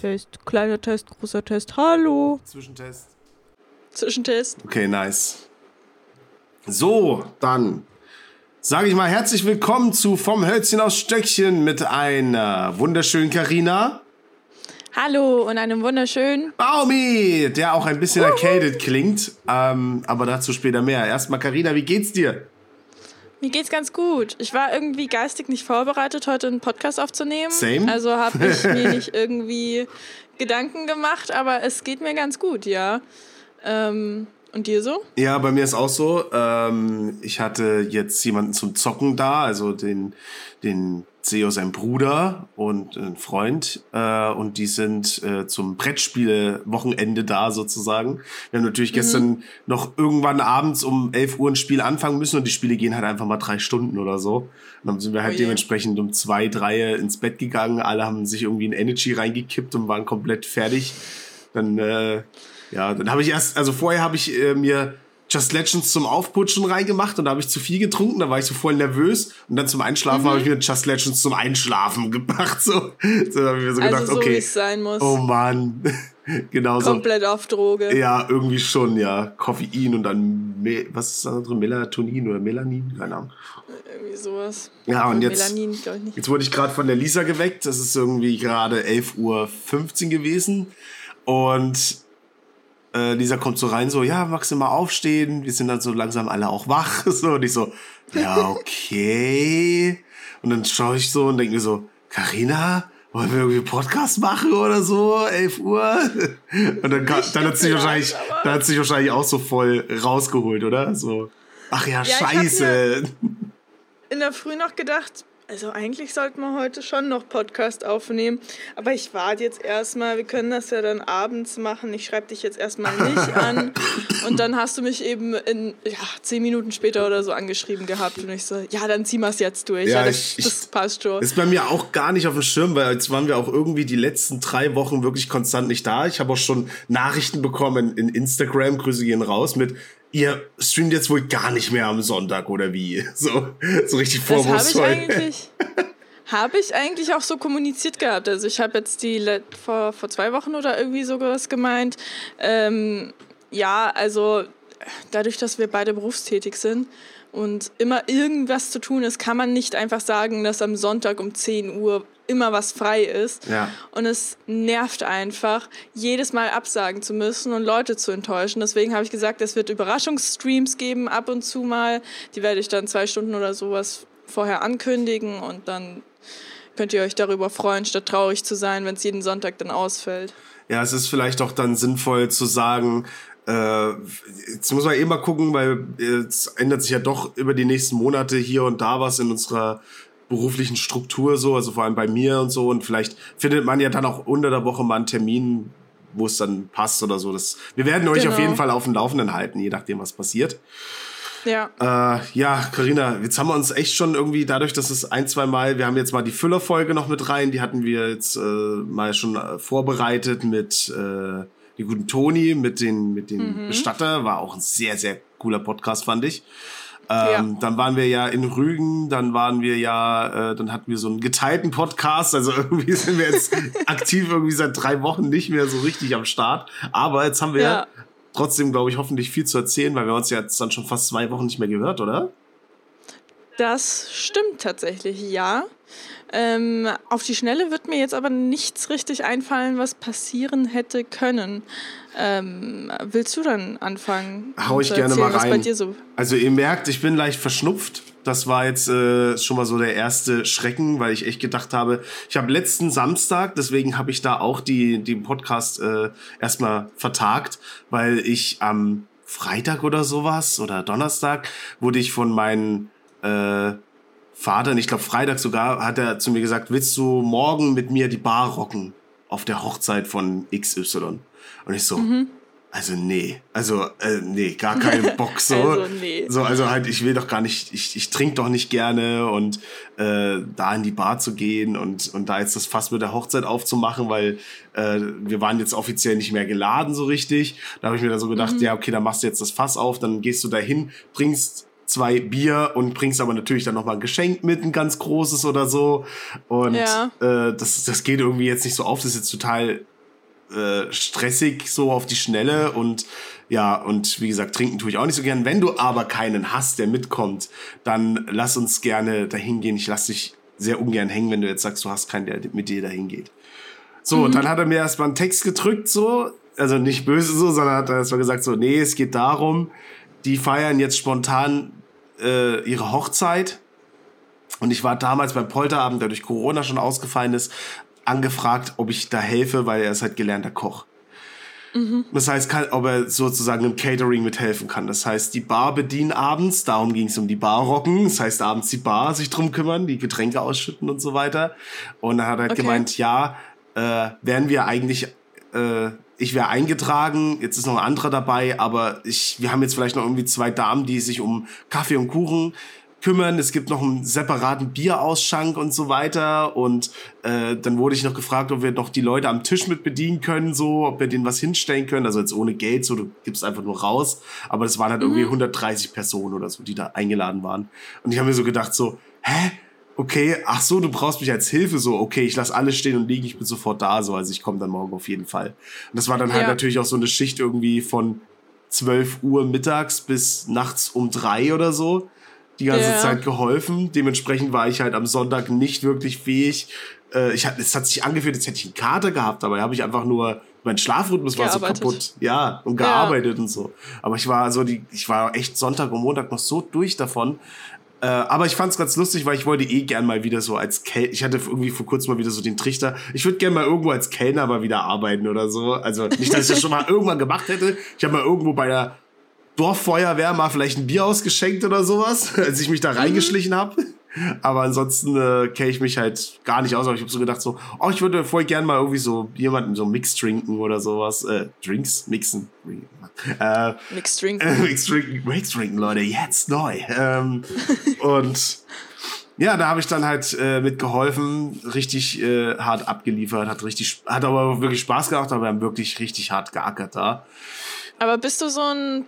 Test, kleiner Test, großer Test, hallo. Zwischentest. Okay, nice. So, dann sage ich mal herzlich willkommen zu Vom Hölzchen aufs Stöckchen mit einer wunderschönen Carina. Hallo und einem wunderschönen Baumi, der auch ein bisschen erkältet klingt, aber dazu später mehr. Erstmal Carina, wie geht's dir? Mir geht's ganz gut. Ich war irgendwie geistig nicht vorbereitet, heute einen Podcast aufzunehmen. Same. Also habe ich mir nicht irgendwie Gedanken gemacht, aber es geht mir ganz gut, ja. Und dir so? Ja, bei mir ist auch so. Ich hatte jetzt jemanden zum Zocken da, also den CEO, sein Bruder und ein Freund. Und die sind zum Brettspiele-Wochenende da sozusagen. Wir haben natürlich gestern noch irgendwann abends um 11 Uhr ein Spiel anfangen müssen und die Spiele gehen halt einfach mal 3 Stunden oder so. Und dann sind wir halt dementsprechend um 2, 3 ins Bett gegangen. Alle haben sich irgendwie in Energy reingekippt und waren komplett fertig. Dann habe ich erst, also vorher habe ich mir Just Legends zum Aufputschen reingemacht und da habe ich zu viel getrunken, da war ich so voll nervös und dann zum Einschlafen habe ich mir Just Legends zum Einschlafen gemacht. So habe ich mir so gedacht, also so okay, wie es sein muss. Oh Mann, genau so. Komplett auf Droge. Ja, irgendwie schon, ja. Koffein und dann, was ist das andere? Melatonin oder Melanin? Keine Ahnung. Irgendwie sowas. Ja, und Melanin, glaube ich nicht. Jetzt wurde ich gerade von der Lisa geweckt, das ist irgendwie gerade 11:15 Uhr gewesen und Lisa kommt so rein, so, ja, magst du mal aufstehen? Wir sind dann so langsam alle auch wach. So, und ich so, ja, okay. Und dann schaue ich so und denke mir so, Carina, wollen wir irgendwie einen Podcast machen oder so? 11 Uhr? Und dann hat sie wahrscheinlich auch so voll rausgeholt, oder? So, ach ja, scheiße. Ich hab mir in der Früh noch gedacht, also eigentlich sollten wir heute schon noch Podcast aufnehmen, aber ich warte jetzt erstmal, wir können das ja dann abends machen, ich schreibe dich jetzt erstmal nicht an und dann hast du mich eben 10 Minuten später oder so angeschrieben gehabt und ich so, ja, dann ziehen wir es jetzt durch, ja, das passt schon. Ist bei mir auch gar nicht auf dem Schirm, weil jetzt waren wir auch irgendwie die letzten 3 Wochen wirklich konstant nicht da. Ich habe auch schon Nachrichten bekommen in Instagram, Grüße gehen raus, mit ihr streamt jetzt wohl gar nicht mehr am Sonntag oder wie? So richtig vorwurfsvoll. Habe ich eigentlich auch so kommuniziert gehabt. Also ich habe jetzt vor 2 Wochen oder irgendwie sowas gemeint. Also dadurch, dass wir beide berufstätig sind und immer irgendwas zu tun ist, kann man nicht einfach sagen, dass am Sonntag um 10 Uhr immer was frei ist. Ja. Und es nervt einfach, jedes Mal absagen zu müssen und Leute zu enttäuschen. Deswegen habe ich gesagt, es wird Überraschungsstreams geben, ab und zu mal. Die werde ich dann 2 Stunden oder sowas vorher ankündigen und dann könnt ihr euch darüber freuen, statt traurig zu sein, wenn es jeden Sonntag dann ausfällt. Ja, es ist vielleicht auch dann sinnvoll zu sagen, jetzt muss man mal gucken, weil es ändert sich ja doch über die nächsten Monate hier und da was in unserer beruflichen Struktur so, also vor allem bei mir und so, und vielleicht findet man ja dann auch unter der Woche mal einen Termin, wo es dann passt oder so. Wir werden euch auf jeden Fall auf dem Laufenden halten, je nachdem, was passiert. Ja. Carina, jetzt haben wir uns echt schon irgendwie, dadurch, dass es 1-2 Mal, wir haben jetzt mal die Füllerfolge noch mit rein, die hatten wir jetzt mal schon vorbereitet mit die guten Toni, mit den Bestatter, war auch ein sehr, sehr cooler Podcast, fand ich. Dann waren wir ja in Rügen, dann hatten wir so einen geteilten Podcast, also irgendwie sind wir jetzt aktiv irgendwie seit 3 Wochen nicht mehr so richtig am Start, aber jetzt haben wir trotzdem, glaube ich, hoffentlich viel zu erzählen, weil wir uns ja jetzt dann schon fast 2 Wochen nicht mehr gehört, oder? Das stimmt tatsächlich, ja. Auf die Schnelle wird mir jetzt aber nichts richtig einfallen, was passieren hätte können. Willst du dann anfangen? Hau ich gerne mal rein. Was bei dir so? Also ihr merkt, ich bin leicht verschnupft. Das war jetzt schon mal so der erste Schrecken, weil ich echt gedacht habe, ich habe letzten Samstag, deswegen habe ich da auch den Podcast erstmal vertagt, weil ich am Freitag oder sowas oder Donnerstag wurde ich von meinen Vater, und ich glaube Freitag sogar, hat er zu mir gesagt, willst du morgen mit mir die Bar rocken auf der Hochzeit von XY? Und ich so, also nee, gar keinen Bock so. Also nee. So, also halt, ich will doch gar nicht, ich trinke doch nicht gerne und da in die Bar zu gehen und da jetzt das Fass mit der Hochzeit aufzumachen, weil wir waren jetzt offiziell nicht mehr geladen so richtig. Da habe ich mir dann so gedacht, ja okay, dann machst du jetzt das Fass auf, dann gehst du dahin, trinkst 2 Bier und bringst aber natürlich dann nochmal ein Geschenk mit, ein ganz großes oder so. Und das geht irgendwie jetzt nicht so auf. Das ist jetzt total stressig so auf die Schnelle und wie gesagt, trinken tue ich auch nicht so gern. Wenn du aber keinen hast, der mitkommt, dann lass uns gerne dahin gehen. Ich lasse dich sehr ungern hängen, wenn du jetzt sagst, du hast keinen, der mit dir dahin geht. So, und dann hat er mir erstmal einen Text gedrückt, so, also nicht böse so, sondern hat er erstmal gesagt, so, nee, es geht darum, die feiern jetzt spontan ihre Hochzeit. Und ich war damals beim Polterabend, der durch Corona schon ausgefallen ist, angefragt, ob ich da helfe, weil er ist halt gelernter Koch. Das heißt, ob er sozusagen im Catering mithelfen kann. Das heißt, die Bar bedienen abends, darum ging es um die Barrocken. Das heißt, abends die Bar sich drum kümmern, die Getränke ausschütten und so weiter. Und dann hat er gemeint, wären wir eigentlich, ich wäre eingetragen, jetzt ist noch ein anderer dabei, aber wir haben jetzt vielleicht noch irgendwie 2 Damen, die sich um Kaffee und Kuchen kümmern. Es gibt noch einen separaten Bierausschank und so weiter. Und dann wurde ich noch gefragt, ob wir noch die Leute am Tisch mit bedienen können, so, ob wir denen was hinstellen können. Also jetzt ohne Geld, so, du gibst einfach nur raus. Aber das waren halt irgendwie 130 Personen oder so, die da eingeladen waren. Und ich habe mir so gedacht, so, okay, ach so, du brauchst mich als Hilfe, so, okay, ich lasse alles stehen und liegen, ich bin sofort da, so, also ich komme dann morgen auf jeden Fall. Und das war dann halt natürlich auch so eine Schicht irgendwie von 12 Uhr mittags bis nachts um 3 oder so. Die ganze Zeit geholfen. Dementsprechend war ich halt am Sonntag nicht wirklich fähig. Es hat sich angefühlt, als hätte ich einen Kater gehabt, aber habe ich einfach nur, mein Schlafrhythmus war so kaputt. Ja, und gearbeitet und so. Aber ich war echt Sonntag und Montag noch so durch davon. Aber ich fand's ganz lustig, weil ich wollte gern mal wieder so als Kellner, ich hatte irgendwie vor kurzem mal wieder so den Trichter, ich würde gern mal irgendwo als Kellner mal wieder arbeiten oder so. Also nicht, dass ich das schon mal irgendwann gemacht hätte. Ich habe mal irgendwo bei der Dorffeuerwehr mal vielleicht ein Bier ausgeschenkt oder sowas, als ich mich da reingeschlichen habe. Aber ansonsten kenne ich mich halt gar nicht aus. Aber ich habe so gedacht so, ich würde voll gern mal irgendwie so jemanden so Mix trinken oder sowas. Drinks mixen. Mix trinken. Mix trinken, Leute, jetzt neu. Und ja, da habe ich dann halt mitgeholfen, richtig hart abgeliefert, hat aber wirklich Spaß gemacht, aber wir haben wirklich richtig hart geackert da. Aber bist du so ein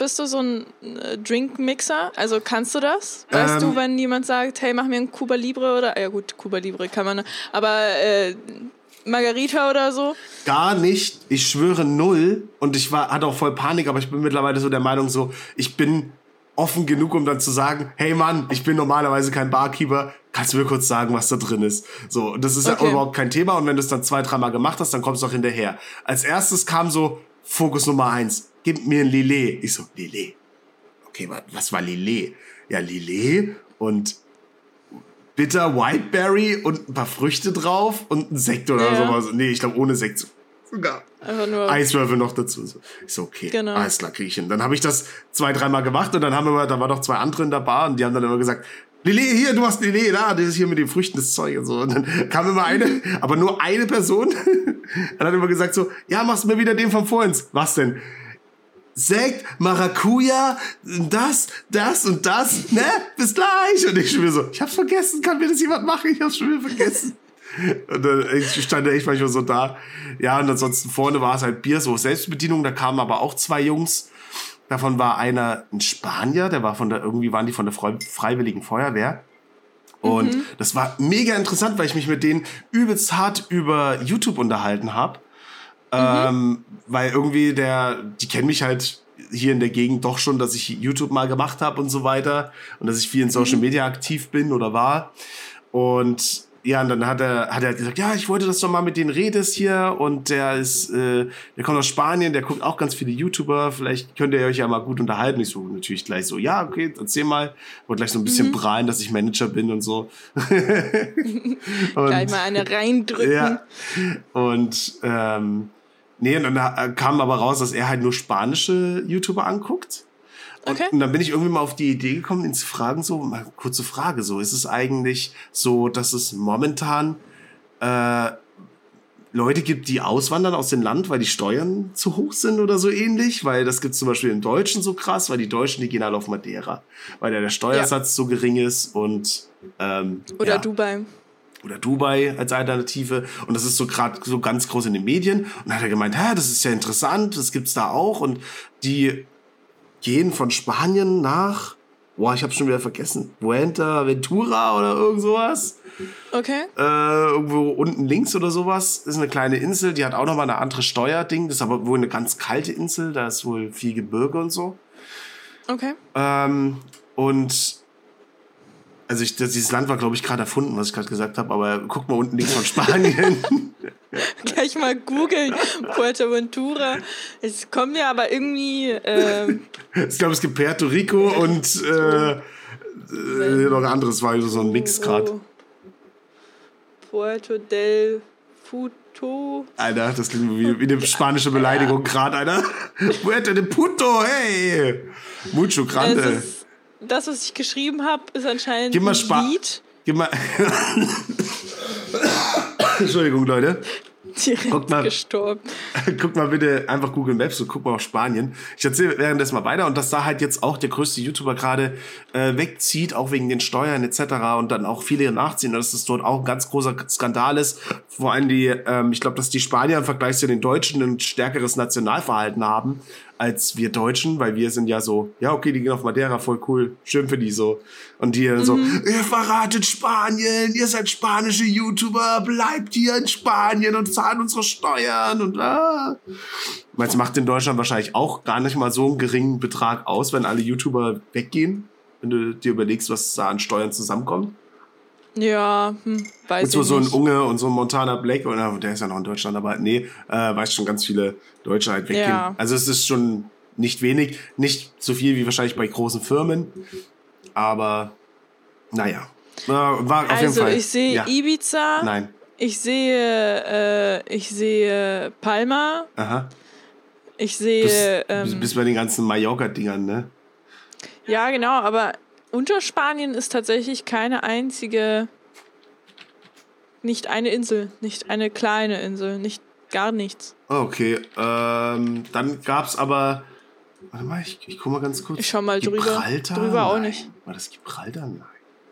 Drinkmixer? Also kannst du das? Weißt du, wenn jemand sagt, hey, mach mir ein Cuba Libre oder, ja gut, Cuba Libre kann man, aber Margarita oder so? Gar nicht, ich schwöre 0 und hatte auch voll Panik, aber ich bin mittlerweile so der Meinung so, ich bin offen genug, um dann zu sagen, hey Mann, ich bin normalerweise kein Barkeeper, kannst du mir kurz sagen, was da drin ist? So, das ist ja überhaupt kein Thema und wenn du es dann 2-3 Mal gemacht hast, dann kommst du auch hinterher. Als erstes kam so Fokus Nummer 1, gib mir ein Lillet. Ich so, Lillet? Okay, was war Lillet? Ja, Lillet und Bitter Whiteberry und ein paar Früchte drauf und ein Sekt oder sowas. Nee, ich glaube ohne Sekt sogar. Einfach nur Eiswürfel noch dazu. Ich so, okay, alles klar, krieg ich hin. Dann habe ich das 2-3 Mal gemacht und dann da waren noch 2 andere in der Bar und die haben dann immer gesagt, Lillet, hier, du hast Lillet, da, das ist hier mit den Früchten, das Zeug und so. Und dann kam immer aber nur eine Person, dann hat immer gesagt so, ja, machst du mir wieder den von vorhin. Was denn? Sekt, Maracuja, das und das, ne? Bis gleich. Und ich schon wieder so, ich hab's vergessen, kann mir das jemand machen? Ich hab's schon wieder vergessen. Und dann stand er echt manchmal so da. Ja, und ansonsten vorne war es halt Bier, so Selbstbedienung, da kamen aber auch 2 Jungs. Davon war einer ein Spanier, waren die von der Freiwilligen Feuerwehr. Und das war mega interessant, weil ich mich mit denen übelst hart über YouTube unterhalten habe. Weil irgendwie die kennen mich halt hier in der Gegend doch schon, dass ich YouTube mal gemacht habe und so weiter. Und dass ich viel in Social Media aktiv bin oder war. Und ja, und dann hat er gesagt, ja, ich wollte, dass du mal mit denen redest hier und der kommt aus Spanien, der guckt auch ganz viele YouTuber, vielleicht könnt ihr euch ja mal gut unterhalten. Ich so natürlich gleich so, ja, okay, erzähl mal. Wollte gleich so ein bisschen prahlen, dass ich Manager bin und so. Gleich mal eine reindrücken. Ja, und nee, und dann kam aber raus, dass er halt nur spanische YouTuber anguckt. Und dann bin ich irgendwie mal auf die Idee gekommen, ihn zu fragen, so, mal kurze Frage, so, ist es eigentlich so, dass es momentan Leute gibt, die auswandern aus dem Land, weil die Steuern zu hoch sind oder so ähnlich? Weil das gibt's zum Beispiel im Deutschen so krass, weil die Deutschen, die gehen alle auf Madeira, weil der Steuersatz so gering ist und oder Dubai. Oder Dubai als Alternative. Und das ist so gerade so ganz groß in den Medien. Und dann hat er gemeint, das ist ja interessant, das gibt's da auch. Und die gehen von Spanien nach Boah, ich habe schon wieder vergessen. Fuerteventura oder irgend sowas. Okay. Irgendwo unten links oder sowas. Ist eine kleine Insel, die hat auch nochmal eine andere Steuerding. Das ist aber wohl eine ganz kalte Insel. Da ist wohl viel Gebirge und so. Okay. Und also dieses Land war, glaube ich, gerade erfunden, was ich gerade gesagt habe. Aber guck mal unten links von Spanien. Gleich mal googeln. Fuerteventura. Es kommen ja aber irgendwie... Ich glaube, es gibt Puerto Rico und noch ein anderes, war so ein Mix gerade. Puerto del Puto. Alter, das klingt wie eine spanische Beleidigung gerade, Alter. Puerto de Puto, hey! Mucho grande. Das, was ich geschrieben habe, ist anscheinend Gib mal ein Lied. Gib mal... Entschuldigung, Leute. Direkt gestorben. Guck mal bitte einfach Google Maps und guck mal auf Spanien. Ich erzähle währenddessen mal weiter und dass da halt jetzt auch der größte YouTuber gerade wegzieht, auch wegen den Steuern etc. und dann auch viele nachziehen, dass das dort auch ein ganz großer Skandal ist. Vor allem ich glaube, dass die Spanier im Vergleich zu den Deutschen ein stärkeres Nationalverhalten haben als wir Deutschen, weil wir sind ja so, ja okay, die gehen auf Madeira, voll cool, schön für die so. Und die so, ihr verratet Spanien, ihr seid spanische YouTuber, bleibt hier in Spanien und zahlt unsere Steuern und Meinst du, macht in Deutschland wahrscheinlich auch gar nicht mal so einen geringen Betrag aus, wenn alle YouTuber weggehen, wenn du dir überlegst, was da an Steuern zusammenkommt? Ja, weiß ich nicht. So ein Unge und so ein Montana Black, oder der ist ja noch in Deutschland, aber nee, weiß schon ganz viele Deutsche halt weggehen. Ja. Also es ist schon nicht wenig, nicht so viel wie wahrscheinlich bei großen Firmen, aber naja, war auf jeden Fall. Also ich sehe Ibiza, nein. Ich sehe Palma, aha. Ich sehe... Bis bei den ganzen Mallorca-Dingern, ne? Ja, genau, aber unter Spanien ist tatsächlich keine einzige, nicht eine Insel, nicht eine kleine Insel, nicht gar nichts. Okay, dann gab's aber, warte mal, ich guck mal ganz kurz. Ich schau mal Gibraltar? drüber auch Nein. nicht. War das Gibraltar? Nein.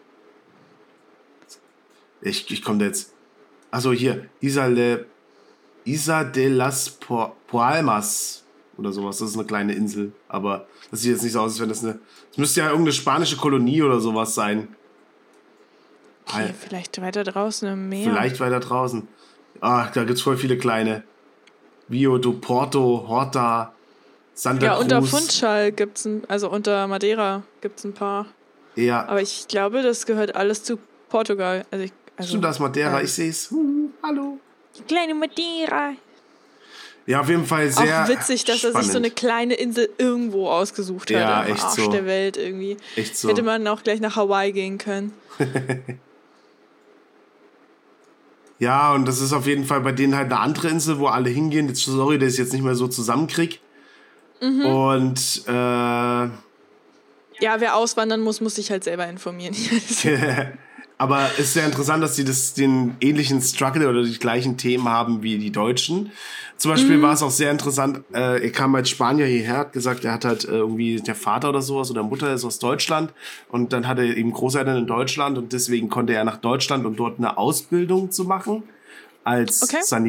Ich komme da jetzt, achso, hier, Isa de las Palmas oder sowas, das ist eine kleine Insel, aber das sieht jetzt nicht so aus, als wenn das müsste ja irgendeine spanische Kolonie oder sowas sein. Okay, vielleicht weiter draußen im Meer. Vielleicht weiter draußen. Da gibt's voll viele kleine. Vio do Porto, Horta, Santa Cruz. Ja, unter Funchal gibt's also unter Madeira gibt's ein paar. Ja. Aber ich glaube, das gehört alles zu Portugal. Stimmt das, Madeira? Ich seh's. Hallo. Die kleine Madeira. Ja, auf jeden Fall sehr auch witzig, dass spannend. Er sich so eine kleine Insel irgendwo ausgesucht hat. Ja, am echt Arsch so. Der Welt irgendwie. Echt so. Hätte man auch gleich nach Hawaii gehen können. Ja, und das ist auf jeden Fall bei denen halt eine andere Insel, wo alle hingehen. Jetzt, sorry, dass ich jetzt nicht mehr so zusammenkrieg. Und ja, wer auswandern muss sich halt selber informieren. Aber es ist sehr interessant, dass sie den ähnlichen Struggle oder die gleichen Themen haben wie die Deutschen. Zum Beispiel war es auch sehr interessant, er kam als Spanier hierher, hat gesagt, er hat halt irgendwie, der Vater oder sowas oder Mutter ist aus Deutschland und dann hatte er eben Großeltern in Deutschland und deswegen konnte er nach Deutschland, um dort eine Ausbildung zu machen als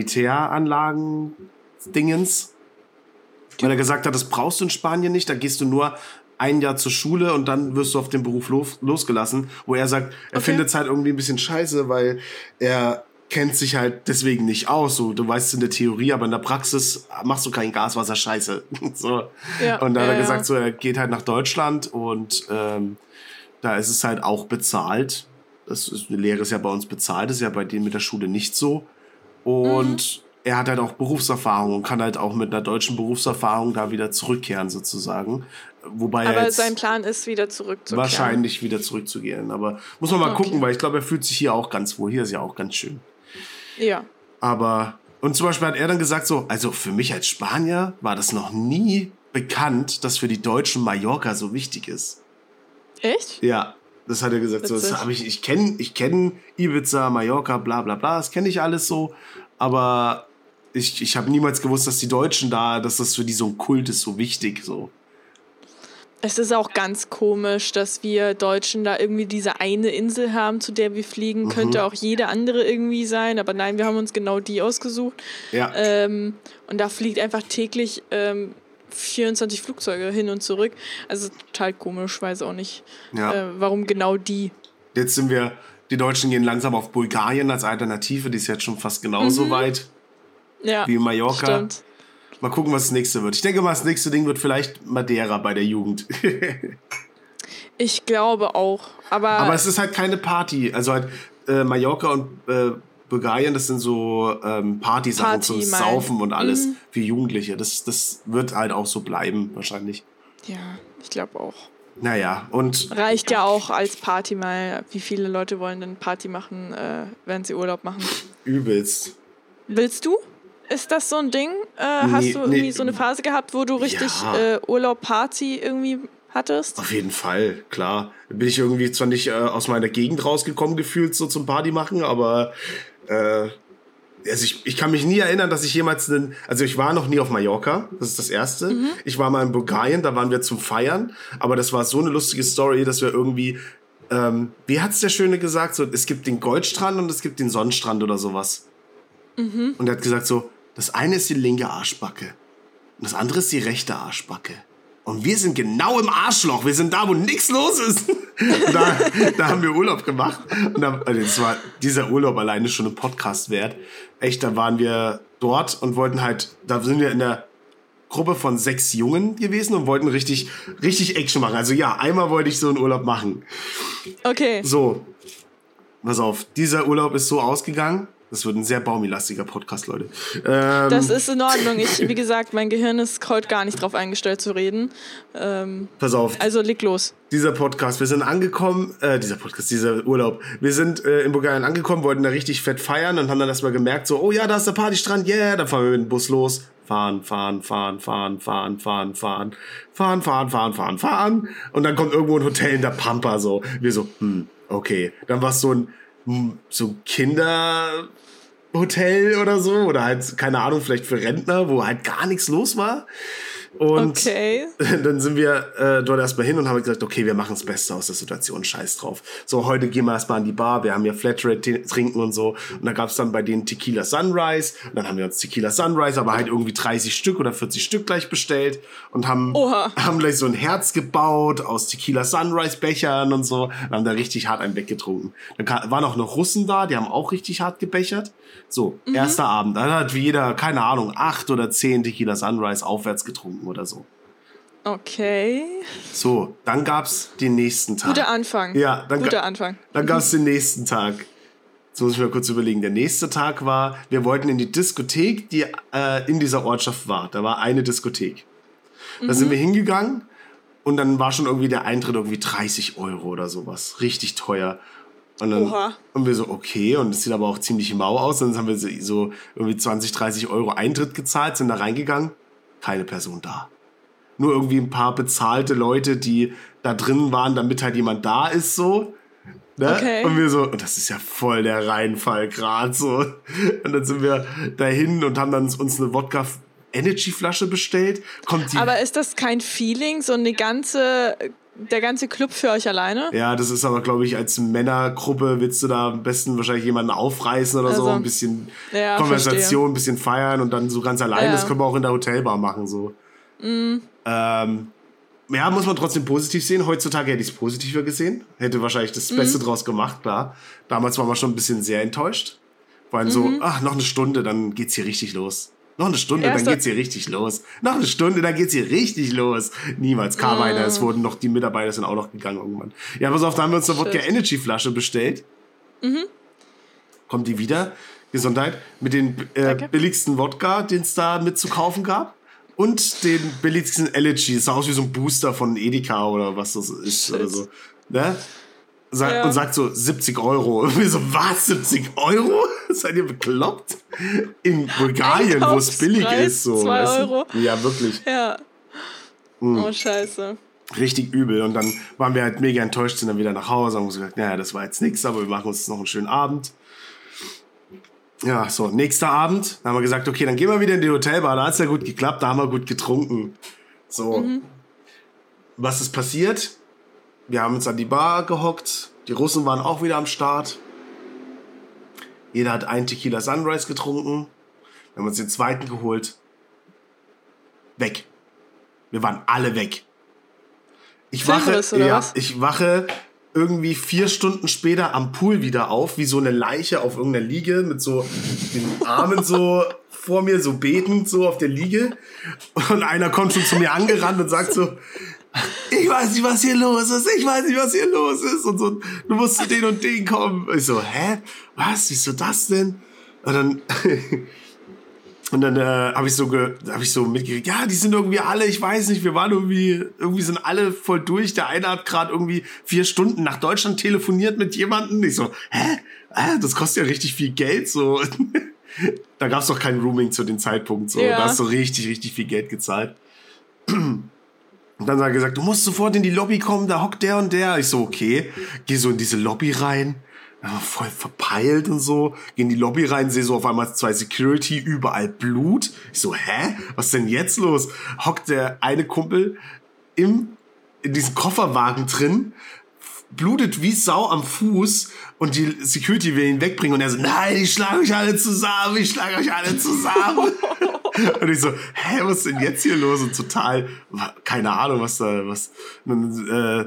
Sanitäranlagen-Dingens. Weil er gesagt hat, das brauchst du in Spanien nicht, da gehst du nur ein Jahr zur Schule und dann wirst du auf den Beruf losgelassen, wo er sagt, er findet es halt irgendwie ein bisschen scheiße, weil er kennt sich halt deswegen nicht aus. So, du weißt es in der Theorie, aber in der Praxis machst du kein Gaswasser scheiße. So. Ja, und da hat er gesagt, so, er geht halt nach Deutschland und da ist es halt auch bezahlt. Eine Lehre ist ja bei uns bezahlt, das ist ja bei denen mit der Schule nicht so. Und er hat halt auch Berufserfahrung und kann halt auch mit einer deutschen Berufserfahrung da wieder zurückkehren sozusagen. Wobei aber sein Plan ist, wieder zurückzukehren. Wahrscheinlich wieder zurückzugehen. Aber muss man mal gucken, weil ich glaube, er fühlt sich hier auch ganz wohl. Hier ist ja auch ganz schön. Ja. Aber, und zum Beispiel hat er dann gesagt so, also für mich als Spanier war das noch nie bekannt, dass für die Deutschen Mallorca so wichtig ist. Echt? Ja, das hat er gesagt. So, das ich kenn Ibiza, Mallorca, bla bla bla, das kenne ich alles so. Aber ich habe niemals gewusst, dass die Deutschen dass das für die so ein Kult ist, so wichtig, so. Es ist auch ganz komisch, dass wir Deutschen da irgendwie diese eine Insel haben, zu der wir fliegen. Könnte auch jede andere irgendwie sein, aber nein, wir haben uns genau die ausgesucht. Ja. Und da fliegt einfach täglich 24 Flugzeuge hin und zurück. Also total komisch, weiß auch nicht, Ja. warum genau die. Jetzt die Deutschen gehen langsam auf Bulgarien als Alternative, die ist jetzt schon fast genauso weit Ja, wie Mallorca. stimmt. Mal gucken, was das nächste wird. Ich denke mal, das nächste Ding wird vielleicht Madeira bei der Jugend. Ich glaube auch. Aber es ist halt keine Party. Also halt Mallorca und Bulgarien, das sind so Partysachen zum Saufen und alles für Jugendliche. Das wird halt auch so bleiben, wahrscheinlich. Ja, ich glaube auch. Naja, und Reicht ja auch als Party mal. Wie viele Leute wollen denn Party machen, während sie Urlaub machen? übelst. Willst du? Ist das so ein Ding? Hast du irgendwie so eine Phase gehabt, wo du richtig Urlaub, Party irgendwie hattest? Auf jeden Fall, klar. Bin ich irgendwie zwar nicht aus meiner Gegend rausgekommen gefühlt so zum Party machen, aber also ich kann mich nie erinnern, dass ich jemals also ich war noch nie auf Mallorca, das ist das Erste. Ich war mal in Bulgarien, da waren wir zum Feiern, aber das war so eine lustige Story, dass wir irgendwie, wie hat's der Schöne gesagt, so, es gibt den Goldstrand und es gibt den Sonnenstrand oder sowas. Und er hat gesagt so, das eine ist die linke Arschbacke und das andere ist die rechte Arschbacke. Und wir sind genau im Arschloch. Wir sind da, wo nichts los ist. Und da haben wir Urlaub gemacht. Und das war dieser Urlaub alleine schon ein Podcast wert. Echt, da waren wir dort und wollten halt, da sind wir in der Gruppe von 6 Jungen gewesen und wollten richtig Action machen. Also ja, einmal wollte ich so einen Urlaub machen. Okay. So, pass auf, dieser Urlaub ist so ausgegangen. Das wird ein sehr baumilastiger Podcast, Leute. Das ist in Ordnung. Wie gesagt, mein Gehirn ist heute gar nicht drauf eingestellt zu reden. Pass auf. Also leg los. Dieser Podcast, wir sind angekommen, dieser Urlaub. Wir sind in Bulgarien angekommen, wollten da richtig fett feiern und haben dann erstmal gemerkt, so, oh ja, da ist der Partystrand, yeah, dann fahren wir mit dem Bus los. Fahren. Und dann kommt irgendwo ein Hotel in der Pampa, so. Wir so, okay. Dann war es so ein Kinderhotel oder so, oder halt, keine Ahnung, vielleicht für Rentner, wo halt gar nichts los war. Und dann sind wir dort erstmal hin und haben gesagt, okay, wir machen das Beste aus der Situation, scheiß drauf. So, heute gehen wir erstmal an die Bar, wir haben ja Flatrate trinken und so. Und da gab es dann bei denen Tequila Sunrise. Und dann haben wir uns Tequila Sunrise, aber halt irgendwie 30 Stück oder 40 Stück gleich bestellt. Und haben gleich so ein Herz gebaut aus Tequila Sunrise Bechern und so. Und haben da richtig hart einen weggetrunken. Dann waren auch noch Russen da, die haben auch richtig hart gebechert. So, erster Abend. Dann hat jeder, keine Ahnung, 8 oder 10 Tequila Sunrise aufwärts getrunken oder so. Okay. So, dann gab's den nächsten Tag. Guter Anfang. Ja, Guter Anfang. Dann gab's den nächsten Tag. Jetzt muss ich mal kurz überlegen. Der nächste Tag war, wir wollten in die Diskothek, die in dieser Ortschaft war. Da war eine Diskothek. Da sind wir hingegangen und dann war schon irgendwie der Eintritt irgendwie 30 € oder sowas. Richtig teuer. Und dann und wir so, okay, und es sieht aber auch ziemlich mau aus. Und dann haben wir so irgendwie 20, 30 € Eintritt gezahlt, sind da reingegangen. Keine Person da. Nur irgendwie ein paar bezahlte Leute, die da drin waren, damit halt jemand da ist, so. Ne? Okay. Und wir so, und das ist ja voll der Reinfall gerade so. Und dann sind wir dahin und haben dann uns eine Wodka-Energy-Flasche bestellt. Aber ist das kein Feeling, so der ganze Club für euch alleine? Ja, das ist aber, glaube ich, als Männergruppe willst du da am besten wahrscheinlich jemanden aufreißen oder so, ein bisschen Konversation, ein bisschen feiern und dann so ganz alleine. Das können wir auch in der Hotelbar machen, so. Ja, muss man trotzdem positiv sehen. Heutzutage hätte ich es positiver gesehen. Hätte wahrscheinlich das Beste draus gemacht, klar. Damals war man schon ein bisschen sehr enttäuscht. Vor allem so, noch eine Stunde, dann geht's hier richtig los. Noch eine Stunde, dann geht's hier richtig los. Noch eine Stunde, dann geht's hier richtig los. Niemals kam einer. Es wurden noch, die Mitarbeiter sind auch noch gegangen irgendwann. Ja, pass auf, da haben wir uns eine Wodka-Energy-Flasche bestellt. Kommt die wieder? Gesundheit. Mit den billigsten Wodka, den es da mit zu kaufen gab. Und den billigsten Energy. Das sah aus wie so ein Booster von Edeka oder was das ist. Oder so. Ne? Und sagt so 70 €. Und wir so, was? 70 €? Seid ihr bekloppt? In Bulgarien, wo es billig ist. So, 2 €. Ja, wirklich. Ja. Oh, scheiße. Richtig übel. Und dann waren wir halt mega enttäuscht, sind dann wieder nach Hause und haben gesagt, naja, das war jetzt nichts, aber wir machen uns noch einen schönen Abend. Ja, so, nächster Abend. Dann haben wir gesagt, okay, dann gehen wir wieder in die Hotelbar. Da hat es ja gut geklappt, da haben wir gut getrunken. So. Was ist passiert? Wir haben uns an die Bar gehockt. Die Russen waren auch wieder am Start. Jeder hat einen Tequila Sunrise getrunken. Wir haben uns den zweiten geholt. Weg. Wir waren alle weg. Ich wache irgendwie 4 Stunden später am Pool wieder auf, wie so eine Leiche auf irgendeiner Liege, mit so den Armen so vor mir, so betend, so auf der Liege. Und einer kommt schon zu mir angerannt und sagt so, ich weiß nicht, was hier los ist. Und so, du musst zu den und den kommen. Ich so, hä? Was? Wieso das denn? Und dann habe ich so mitgekriegt, ja, die sind irgendwie alle, ich weiß nicht, wir waren irgendwie sind alle voll durch. Der eine hat gerade irgendwie 4 Stunden nach Deutschland telefoniert mit jemandem. Ich so, hä? Das kostet ja richtig viel Geld, so. Da gab es doch kein Rooming zu dem Zeitpunkt, so. Ja. Da hast du richtig, richtig viel Geld gezahlt. Und dann hat er gesagt, du musst sofort in die Lobby kommen, da hockt der und der. Ich so, okay, geh so in diese Lobby rein. Voll verpeilt und so. Geh in die Lobby rein, sehe so auf einmal 2 Security, überall Blut. Ich so, hä? Was ist denn jetzt los? Hockt der eine Kumpel in diesem Kofferwagen drin, blutet wie Sau am Fuß und die Security will ihn wegbringen und er so, nein, ich schlage euch alle zusammen. Und ich so, hä, was ist denn jetzt hier los? Und total, keine Ahnung, dann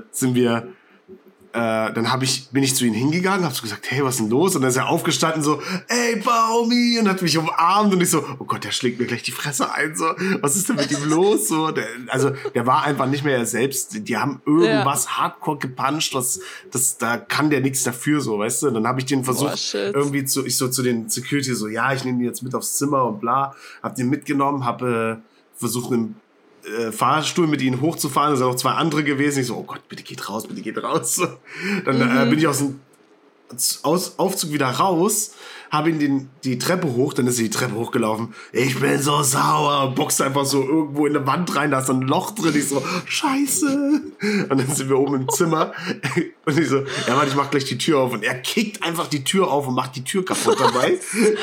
bin ich zu ihm hingegangen, hab so gesagt, hey, was ist denn los? Und dann ist er aufgestanden so, ey, Baumi, und hat mich umarmt und ich so, oh Gott, der schlägt mir gleich die Fresse ein, so, was ist denn mit ihm los? So, der war einfach nicht mehr er selbst. Die haben irgendwas hardcore gepuncht, da kann der nichts dafür, so, weißt du? Und dann habe ich den versucht, irgendwie zu den Security so, ja, ich nehme den jetzt mit aufs Zimmer und bla, hab den mitgenommen, habe versucht, einen Fahrstuhl mit ihnen hochzufahren, da sind auch 2 andere gewesen. Ich so, oh Gott, bitte geht raus. Dann bin ich aus dem Aufzug wieder raus, habe ihn die Treppe hoch, dann ist er die Treppe hochgelaufen. Ich bin so sauer, boxt einfach so irgendwo in eine Wand rein, da ist ein Loch drin. Ich so, scheiße. Und dann sind wir oben im Zimmer und ich so, ja, warte, ich mach gleich die Tür auf. Und er kickt einfach die Tür auf und macht die Tür kaputt dabei.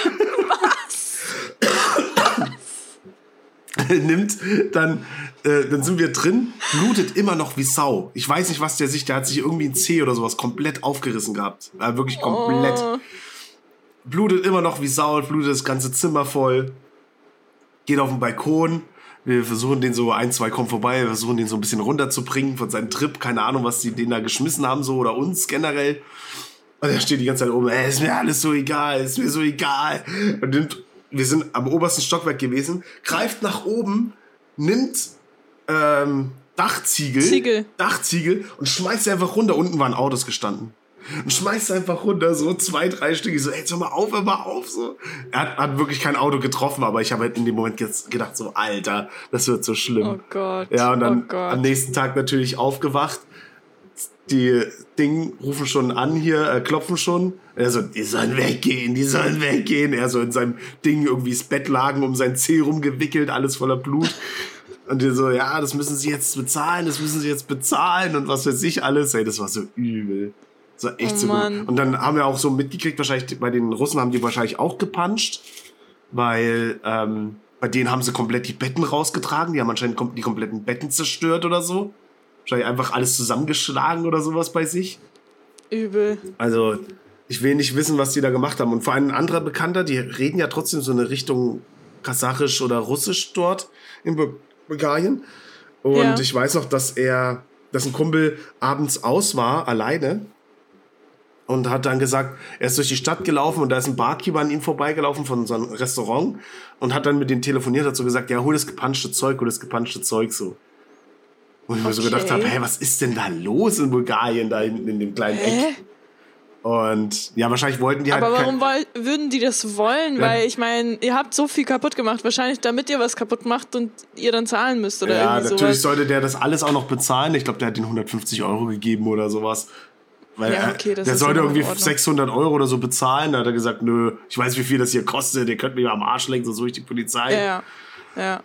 Dann sind wir drin, blutet immer noch wie Sau. Ich weiß nicht, was der hat sich irgendwie ein Zeh oder sowas komplett aufgerissen gehabt. Wirklich komplett. Oh. Blutet immer noch wie Sau, blutet das ganze Zimmer voll. Geht auf den Balkon. Wir versuchen den so, 1, 2 kommen vorbei, wir versuchen den so ein bisschen runterzubringen von seinem Trip. Keine Ahnung, was die den da geschmissen haben, so, oder uns generell. Und er steht die ganze Zeit oben, ist mir alles so egal, Und wir sind am obersten Stockwerk gewesen, greift nach oben, nimmt Dachziegel und schmeißt sie einfach runter. Unten waren Autos gestanden. Und schmeißt sie einfach runter, so 2, 3 Stück. Ich so, ey, jetzt hör mal auf. So. Er hat wirklich kein Auto getroffen, aber ich habe halt in dem Moment jetzt gedacht, so, Alter, das wird so schlimm. Oh Gott. Ja, und dann am nächsten Tag natürlich aufgewacht. Die rufen schon an hier, klopfen schon. Er so, die sollen weggehen. Er so in seinem Ding irgendwie das Bett lagen, um sein Zeh rumgewickelt, alles voller Blut. Und die so, ja, das müssen sie jetzt bezahlen und was weiß ich alles. Ey, das war so übel. Das war echt so gut. Und dann haben wir auch so mitgekriegt, wahrscheinlich bei den Russen haben die wahrscheinlich auch gepuncht, weil bei denen haben sie komplett die Betten rausgetragen. Die haben anscheinend die kompletten Betten zerstört oder so. Wahrscheinlich einfach alles zusammengeschlagen oder sowas bei sich. Übel. Also, ich will nicht wissen, was die da gemacht haben. Und vor allem ein anderer Bekannter, die reden ja trotzdem so eine Richtung Kasachisch oder Russisch dort in Bulgarien. Und ich weiß noch, dass ein Kumpel abends aus war, alleine. Und hat dann gesagt, er ist durch die Stadt gelaufen und da ist ein Barkeeper an ihm vorbeigelaufen von so einem Restaurant und hat dann mit dem telefoniert, hat so gesagt, ja, hol das gepanschte Zeug so. Und ich mir so gedacht habe, hey, was ist denn da los in Bulgarien, da hinten in dem kleinen Eck? Und ja, wahrscheinlich wollten die halt... Aber warum würden die das wollen? Ja. Weil ich meine, ihr habt so viel kaputt gemacht, wahrscheinlich damit ihr was kaputt macht und ihr dann zahlen müsst oder irgendwie sowas. Ja, natürlich sollte der das alles auch noch bezahlen. Ich glaube, der hat den 150 € gegeben oder sowas. Weil der sollte irgendwie 600 € oder so bezahlen. Da hat er gesagt, nö, ich weiß, wie viel das hier kostet, ihr könnt mich am Arsch lenken, sonst hole ich die Polizei. Ja.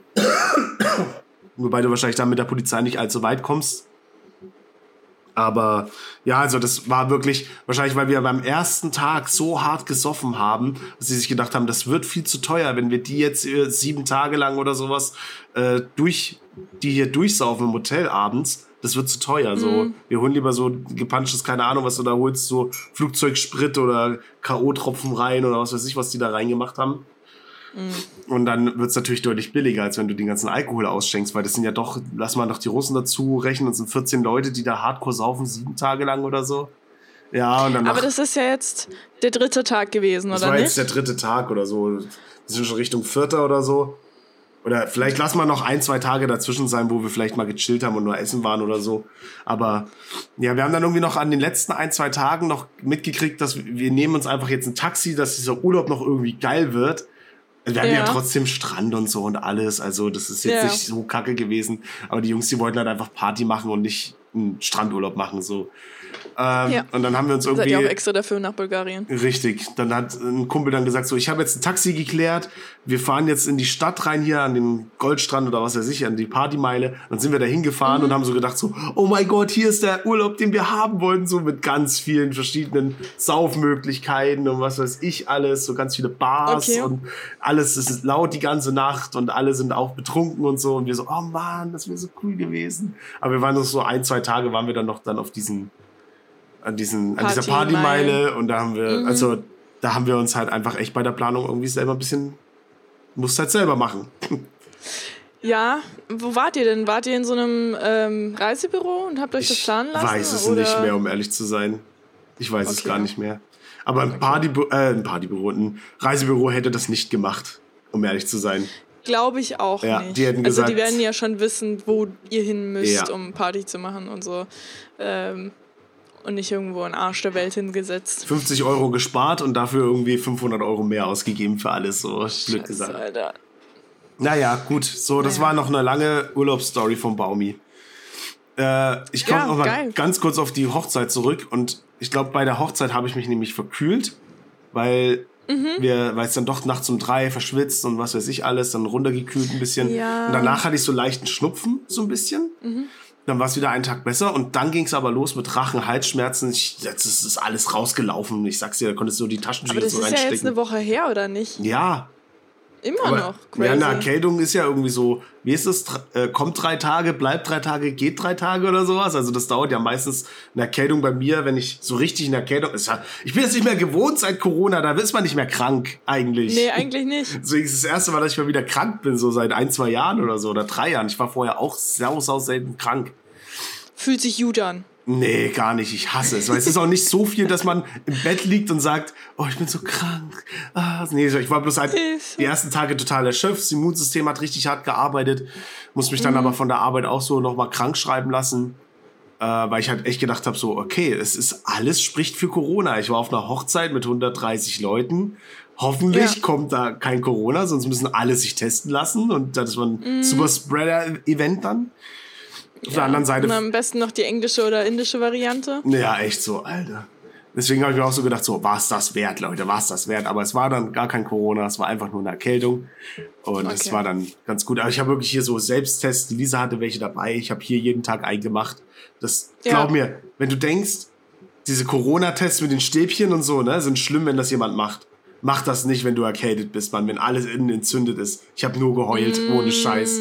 Wobei du wahrscheinlich dann mit der Polizei nicht allzu weit kommst. Aber ja, also das war wirklich, wahrscheinlich, weil wir beim ersten Tag so hart gesoffen haben, dass sie sich gedacht haben, das wird viel zu teuer, wenn wir die jetzt 7 Tage lang oder sowas die hier durchsaufen im Hotel abends. Das wird zu teuer. So, wir holen lieber so gepanschtes, keine Ahnung, was du da holst, so Flugzeugsprit oder K.O.-Tropfen rein oder was weiß ich, was die da reingemacht haben. Und dann wird es natürlich deutlich billiger, als wenn du den ganzen Alkohol ausschenkst, weil das sind ja doch, lass mal noch die Russen dazu rechnen, das sind 14 Leute, die da hardcore saufen, 7 Tage lang oder so. Ja, und dann aber das ist ja jetzt der 3. Tag gewesen, oder nicht? Das war jetzt der 3. Tag oder so. Wir sind schon Richtung 4. oder so. Oder vielleicht lassen wir noch 1-2 Tage dazwischen sein, wo wir vielleicht mal gechillt haben und nur essen waren oder so. Aber ja, wir haben dann irgendwie noch an den letzten 1-2 Tagen noch mitgekriegt, dass wir nehmen uns einfach jetzt ein Taxi, dass dieser Urlaub noch irgendwie geil wird. Wir haben ja trotzdem Strand und so und alles. Also das ist jetzt nicht so kacke gewesen. Aber die Jungs, die wollten halt einfach Party machen und nicht einen Strandurlaub machen. So. Und dann haben wir uns irgendwie... Seid ihr auch extra dafür nach Bulgarien? Richtig. Dann hat ein Kumpel dann gesagt, so, ich habe jetzt ein Taxi geklärt, wir fahren jetzt in die Stadt rein hier an den Goldstrand oder was weiß ich, an die Partymeile. Dann sind wir da hingefahren und haben so gedacht so, oh mein Gott, hier ist der Urlaub, den wir haben wollten, so mit ganz vielen verschiedenen Saufmöglichkeiten und was weiß ich alles, so ganz viele Bars und alles ist laut die ganze Nacht und alle sind auch betrunken und so und wir so, oh Mann, das wäre so cool gewesen. Aber wir waren noch so 1-2 Tage, waren wir dann noch dann auf an dieser Partymeile und da haben wir, also da haben wir uns halt einfach echt bei der Planung irgendwie selber ein bisschen, musst halt selber machen. Ja, wo wart ihr denn? Wart ihr in so einem Reisebüro und habt euch das planen lassen? Ich weiß es nicht mehr, um ehrlich zu sein. Ich weiß es gar nicht mehr. Aber ein Reisebüro hätte das nicht gemacht, um ehrlich zu sein. Glaube ich auch nicht. Die hätten gesagt, die werden ja schon wissen, wo ihr hin müsst, um Party zu machen und so. Und nicht irgendwo in den Arsch der Welt hingesetzt. 50 € gespart und dafür irgendwie 500 € mehr ausgegeben für alles, so Glück gesagt. Alter. Naja, gut, so, das war noch eine lange Urlaubsstory vom Baumi. Ich komme noch mal ganz kurz auf die Hochzeit zurück und ich glaube, bei der Hochzeit habe ich mich nämlich verkühlt, weil es dann doch nachts um 3 verschwitzt und was weiß ich alles, dann runtergekühlt ein bisschen. Ja. Und danach hatte ich so leichten Schnupfen, so ein bisschen. Dann war es wieder einen Tag besser und dann ging es aber los mit Rachen, Halsschmerzen. Das ist alles rausgelaufen. Ich sag's dir, da konntest du die Taschentücher so reinstecken. Aber das ist ja jetzt eine Woche her, oder nicht? Ja. Immer noch. Crazy. Ja, eine Erkältung ist ja irgendwie so, wie ist es, kommt 3 Tage, bleibt 3 Tage, geht 3 Tage oder sowas. Also das dauert ja meistens eine Erkältung bei mir, wenn ich so richtig eine Erkältung... Ich bin jetzt nicht mehr gewohnt seit Corona, da ist man nicht mehr krank eigentlich. Nee, eigentlich nicht. Deswegen ist das erste Mal, dass ich mal wieder krank bin, so seit 1-2 Jahren oder so, oder 3 Jahren. Ich war vorher auch sau selten krank. Fühlt sich gut an. Nee, gar nicht. Ich hasse es. Weil es ist auch nicht so viel, dass man im Bett liegt und sagt, oh, ich bin so krank. Nee, ich war bloß halt die ersten Tage total erschöpft. Das Immunsystem hat richtig hart gearbeitet. Muss mich dann aber von der Arbeit auch so nochmal krank schreiben lassen. Weil ich halt echt gedacht habe, so, okay, es ist alles spricht für Corona. Ich war auf einer Hochzeit mit 130 Leuten. Hoffentlich kommt da kein Corona, sonst müssen alle sich testen lassen. Und das war ein Superspreader-Event dann. Auf der anderen Seite. Und am besten noch die englische oder indische Variante. Ja, echt so, Alter. Deswegen habe ich mir auch so gedacht, so, war es das wert, Leute, war es das wert? Aber es war dann gar kein Corona, es war einfach nur eine Erkältung. Und es war dann ganz gut. Aber ich habe wirklich hier so Selbsttests, die Lisa hatte welche dabei. Ich habe hier jeden Tag einen gemacht. Glaub mir, wenn du denkst, diese Corona-Tests mit den Stäbchen und so, ne, sind schlimm, wenn das jemand macht. Mach das nicht, wenn du erkältet bist, Mann, wenn alles innen entzündet ist. Ich habe nur geheult, ohne Scheiß.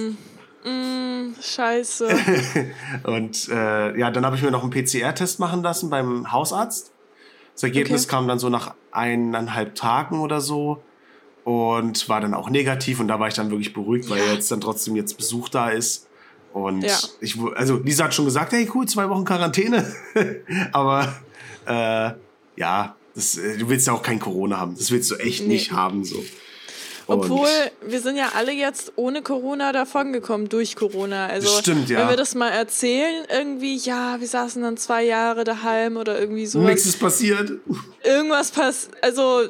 Scheiße. Und dann habe ich mir noch einen PCR-Test machen lassen beim Hausarzt. Das Ergebnis kam dann so nach 1,5 Tagen oder so und war dann auch negativ und da war ich dann wirklich beruhigt, weil jetzt dann trotzdem jetzt Besuch da ist. Und also Lisa hat schon gesagt, hey cool, 2 Wochen Quarantäne. Aber du willst ja auch kein Corona haben. Das willst du echt nicht haben so. Obwohl, wir sind ja alle jetzt ohne Corona davongekommen, durch Corona. Also, stimmt, ja. Wenn wir das mal erzählen, irgendwie, wir saßen dann 2 Jahre daheim oder irgendwie so. Nichts ist passiert. Irgendwas passiert. Also,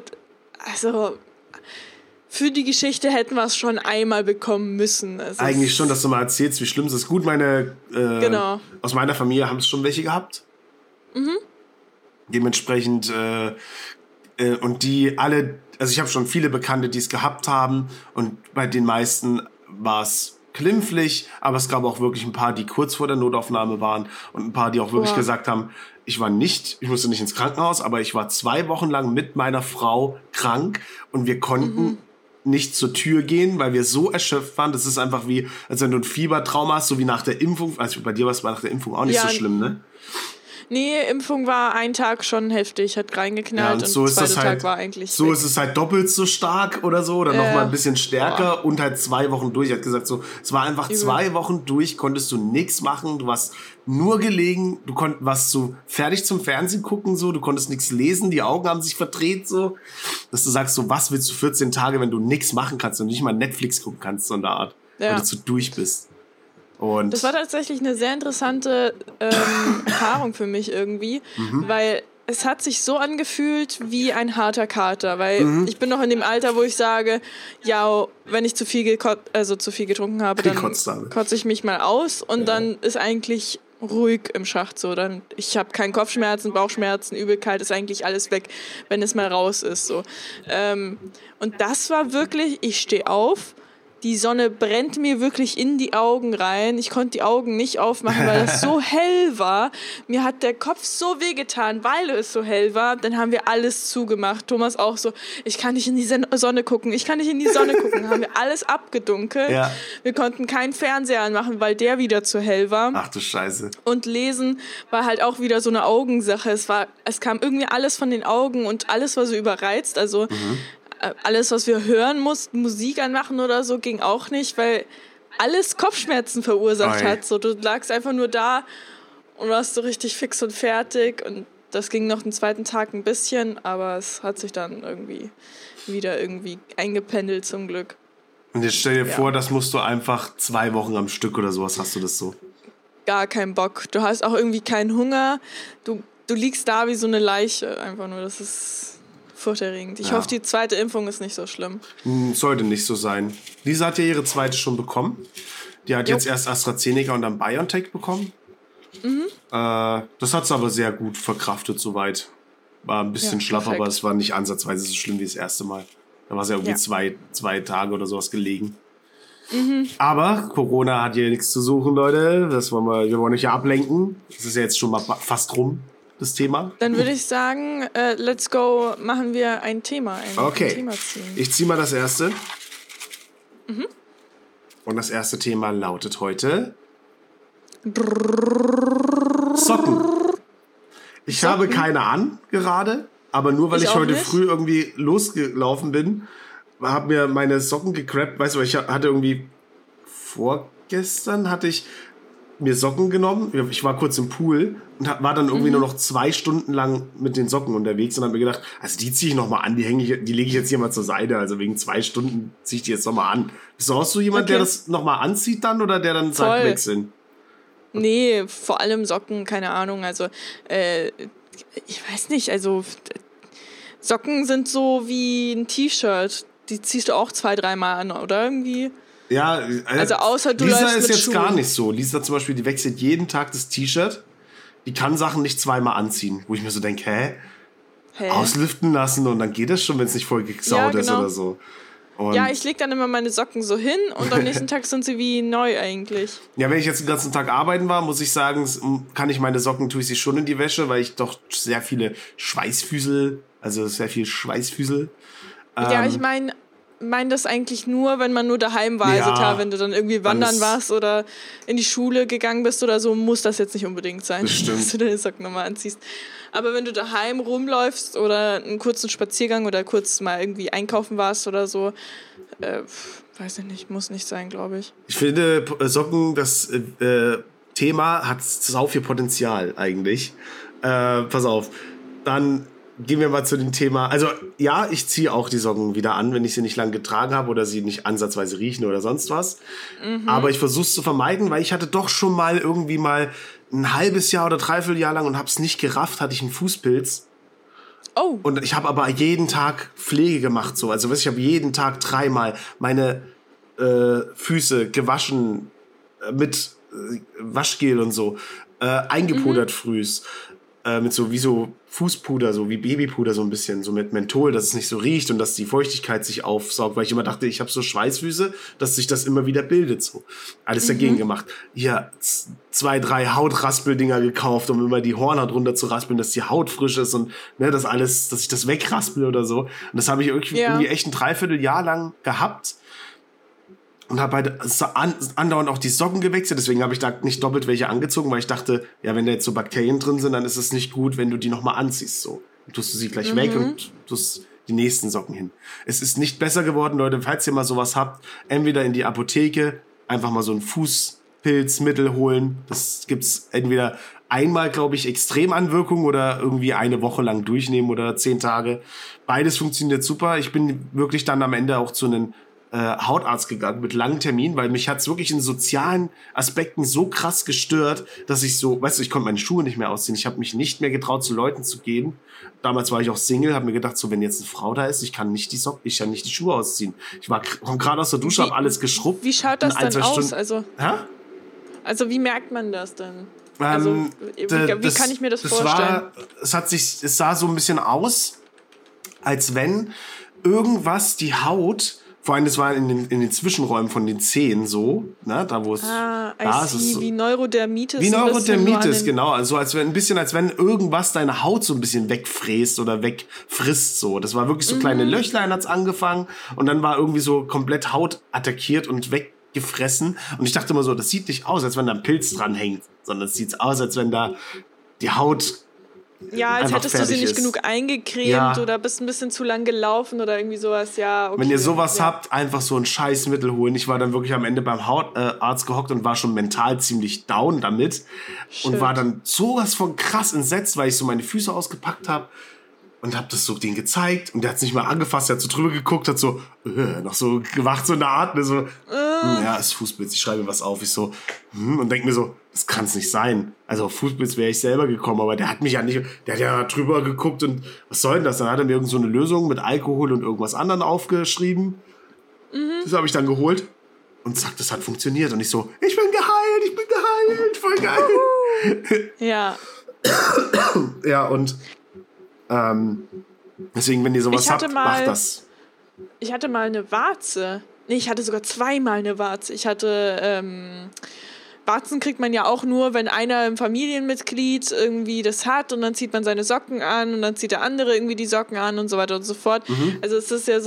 für die Geschichte hätten wir es schon einmal bekommen müssen. Eigentlich schon, dass du mal erzählst, wie schlimm es ist. Gut, aus meiner Familie haben es schon welche gehabt. Dementsprechend, und die alle... Also ich habe schon viele Bekannte, die es gehabt haben und bei den meisten war es glimpflich, aber es gab auch wirklich ein paar, die kurz vor der Notaufnahme waren und ein paar, die auch wirklich gesagt haben, ich musste nicht ins Krankenhaus, aber ich war 2 Wochen lang mit meiner Frau krank und wir konnten nicht zur Tür gehen, weil wir so erschöpft waren. Das ist einfach wie, als wenn du ein Fiebertrauma hast, so wie nach der Impfung. Also bei dir war es nach der Impfung auch nicht so schlimm, ne? Nee, Impfung war ein Tag schon heftig, hat reingeknallt und so der zweite halt, Tag war eigentlich so weg. ist es halt doppelt so stark oder so, oder nochmal ein bisschen stärker und halt 2 Wochen durch. Er hat gesagt, so, es war einfach 2 Wochen durch, konntest du nichts machen, du warst nur gelegen, warst so fertig zum Fernsehen gucken, so, du konntest nichts lesen, die Augen haben sich verdreht, so, dass du sagst, so, was willst du 14 Tage, wenn du nichts machen kannst und nicht mal Netflix gucken kannst, so in der Art, weil du zu durch bist. Und das war tatsächlich eine sehr interessante Erfahrung für mich irgendwie, weil es hat sich so angefühlt wie ein harter Kater, weil ich bin noch in dem Alter, wo ich sage, ja, wenn ich zu viel getrunken habe, dann kotze ich mich mal aus und dann ist eigentlich ruhig im Schacht so. Dann, ich habe keine Kopfschmerzen, Bauchschmerzen, Übelkeit, ist eigentlich alles weg, wenn es mal raus ist. So. Und das war wirklich, ich stehe auf, die Sonne brennt mir wirklich in die Augen rein. Ich konnte die Augen nicht aufmachen, weil es so hell war. Mir hat der Kopf so wehgetan, weil es so hell war. Dann haben wir alles zugemacht. Thomas auch so, ich kann nicht in die Sonne gucken. Dann haben wir alles abgedunkelt. Ja. Wir konnten keinen Fernseher anmachen, weil der wieder zu hell war. Ach du Scheiße. Und lesen war halt auch wieder so eine Augensache. Es kam irgendwie alles von den Augen und alles war so überreizt. Also alles, was wir hören mussten, Musik anmachen oder so, ging auch nicht, weil alles Kopfschmerzen verursacht hat. So, du lagst einfach nur da und warst so richtig fix und fertig. Und das ging noch den zweiten Tag ein bisschen, aber es hat sich dann wieder eingependelt zum Glück. Und jetzt stell dir vor, das musst du einfach 2 Wochen am Stück oder sowas, hast du das so? Gar keinen Bock. Du hast auch irgendwie keinen Hunger. Du liegst da wie so eine Leiche. Einfach nur, das ist furchterregend. Ich hoffe, die zweite Impfung ist nicht so schlimm. Sollte nicht so sein. Lisa hat ja ihre zweite schon bekommen. Die hat jetzt erst AstraZeneca und dann BioNTech bekommen. Das hat sie aber sehr gut verkraftet soweit. War ein bisschen schlaff, aber es war nicht ansatzweise so schlimm wie das erste Mal. Da war sie irgendwie 2 Tage oder sowas gelegen. Aber Corona hat hier nichts zu suchen, Leute. Wir wollen euch ja ablenken. Das ist ja jetzt schon mal fast rum, das Thema. Dann würde ich sagen, let's go, machen wir ein Thema. Ein Thema ziehen. Ich ziehe mal das erste. Und das erste Thema lautet heute Socken. Ich habe keine an gerade, aber nur weil ich heute früh irgendwie losgelaufen bin, habe mir meine Socken gecrappt. Weißt du, ich hatte irgendwie vorgestern mir Socken genommen. Ich war kurz im Pool und war dann irgendwie nur noch 2 Stunden lang mit den Socken unterwegs und habe mir gedacht, also die ziehe ich noch mal an, die lege ich jetzt hier mal zur Seite. Also wegen 2 Stunden ziehe ich die jetzt noch mal an. Bist du auch so jemand, der das noch mal anzieht dann oder der dann sagt, wechseln? Nee, vor allem Socken, keine Ahnung. Also ich weiß nicht, also Socken sind so wie ein T-Shirt. Die ziehst du auch 2-3 Mal an, oder irgendwie? Ja, also außer du Lisa läufst ist mit jetzt Schuhen. Gar nicht so. Lisa zum Beispiel, die wechselt jeden Tag das T-Shirt. Die kann Sachen nicht 2-mal anziehen. Wo ich mir so denke, auslüften lassen und dann geht das schon, wenn es nicht voll gesaut ist oder so. Und ja, ich lege dann immer meine Socken so hin und am nächsten Tag sind sie wie neu eigentlich. Ja, wenn ich jetzt den ganzen Tag arbeiten war, muss ich sagen, kann ich meine Socken, tue ich sie schon in die Wäsche, weil ich doch sehr viel Schweißfüßel. Ja, ich meine das eigentlich nur, wenn man nur daheim war. Also klar, wenn du dann irgendwie wandern warst oder in die Schule gegangen bist oder so, muss das jetzt nicht unbedingt sein, dass du deine Socken nochmal anziehst. Aber wenn du daheim rumläufst oder einen kurzen Spaziergang oder kurz mal irgendwie einkaufen warst oder so, weiß ich nicht, muss nicht sein, glaube ich. Ich finde, Socken, das Thema hat sau viel Potenzial eigentlich. Pass auf, dann gehen wir mal zu dem Thema. Also ja, ich ziehe auch die Socken wieder an, wenn ich sie nicht lang getragen habe oder sie nicht ansatzweise riechen oder sonst was. Aber ich versuche es zu vermeiden, weil ich hatte doch schon mal irgendwie mal ein halbes Jahr oder 3/4 Jahr lang und habe es nicht gerafft, hatte ich einen Fußpilz. Oh. Und ich habe aber jeden Tag Pflege gemacht. So. Also ich habe jeden Tag 3-mal meine Füße gewaschen mit Waschgel und so, eingepudert frühs. Mit so wie so Fußpuder, so wie Babypuder so ein bisschen, so mit Menthol, dass es nicht so riecht und dass die Feuchtigkeit sich aufsaugt, weil ich immer dachte, ich habe so Schweißfüße, dass sich das immer wieder bildet. So. Alles dagegen gemacht. Hier 2-3 Hautraspeldinger gekauft, um immer die Hornhaut runter zu raspeln, dass die Haut frisch ist und das alles, dass ich das wegraspel oder so. Und das habe ich irgendwie echt ein 3/4 Jahr lang gehabt. und habe halt andauernd auch die Socken gewechselt. Deswegen habe ich da nicht doppelt welche angezogen, weil ich dachte, ja, wenn da jetzt so Bakterien drin sind, dann ist es nicht gut, wenn du die nochmal anziehst. So. Dann tust du sie gleich weg und tust die nächsten Socken hin. Es ist nicht besser geworden, Leute. Falls ihr mal sowas habt, entweder in die Apotheke einfach mal so ein Fußpilzmittel holen. Das gibt's entweder einmal, glaube ich, Extremanwirkungen oder irgendwie eine Woche lang durchnehmen oder 10 Tage. Beides funktioniert super. Ich bin wirklich dann am Ende auch zu einem Hautarzt gegangen mit langen Terminen, weil mich hat's wirklich in sozialen Aspekten so krass gestört, dass ich so, weißt du, ich konnte meine Schuhe nicht mehr ausziehen. Ich habe mich nicht mehr getraut, zu Leuten zu gehen. Damals war ich auch Single, habe mir gedacht, so wenn jetzt eine Frau da ist, ich kann nicht die Schuhe ausziehen. Ich komm gerade aus der Dusche, habe alles geschrubbt. Wie schaut das denn aus? Also wie merkt man das denn? Also wie kann ich mir das vorstellen? Es sah so ein bisschen aus, als wenn irgendwas die Haut, vor allem das war in den Zwischenräumen von den Zehen so, ne, da wo es so, wie Neurodermitis. Wie Neurodermitis, genau. Also als wenn irgendwas deine Haut so ein bisschen wegfräst oder wegfrisst so. Das war wirklich so kleine Löchlein hat's angefangen und dann war irgendwie so komplett Haut attackiert und weggefressen. Und ich dachte immer so, das sieht nicht aus, als wenn da ein Pilz dran hängt, sondern es sieht aus, als wenn da die Haut als hättest du sie nicht genug eingecremt oder bist ein bisschen zu lang gelaufen oder irgendwie sowas, okay. Wenn ihr sowas habt, einfach so ein Scheißmittel holen. Ich war dann wirklich am Ende beim Hautarzt gehockt und war schon mental ziemlich down damit. Und war dann sowas von krass entsetzt, weil ich so meine Füße ausgepackt habe und hab das so denen gezeigt und der hat's nicht mal angefasst, der hat so drüber geguckt, hat so noch so gemacht, so eine Art, ne, so ist Fußpilz, ich schreibe was auf, ich so und denk mir so, das kann's nicht sein. Also auf Fußpilz wäre ich selber gekommen, aber der hat ja drüber geguckt und was soll denn das? Dann hat er mir irgend so eine Lösung mit Alkohol und irgendwas anderem aufgeschrieben. Das habe ich dann geholt und zack, das hat funktioniert und ich so, ich bin geheilt, voll geil. Ja. Ja, und deswegen, wenn ihr sowas habt, macht das. Ich hatte mal eine Warze. Nee, ich hatte sogar zweimal eine Warze. Ich hatte, Warzen kriegt man ja auch nur, wenn einer im Familienmitglied irgendwie das hat und dann zieht man seine Socken an und dann zieht der andere irgendwie die Socken an und so weiter und so fort. Also es ist ja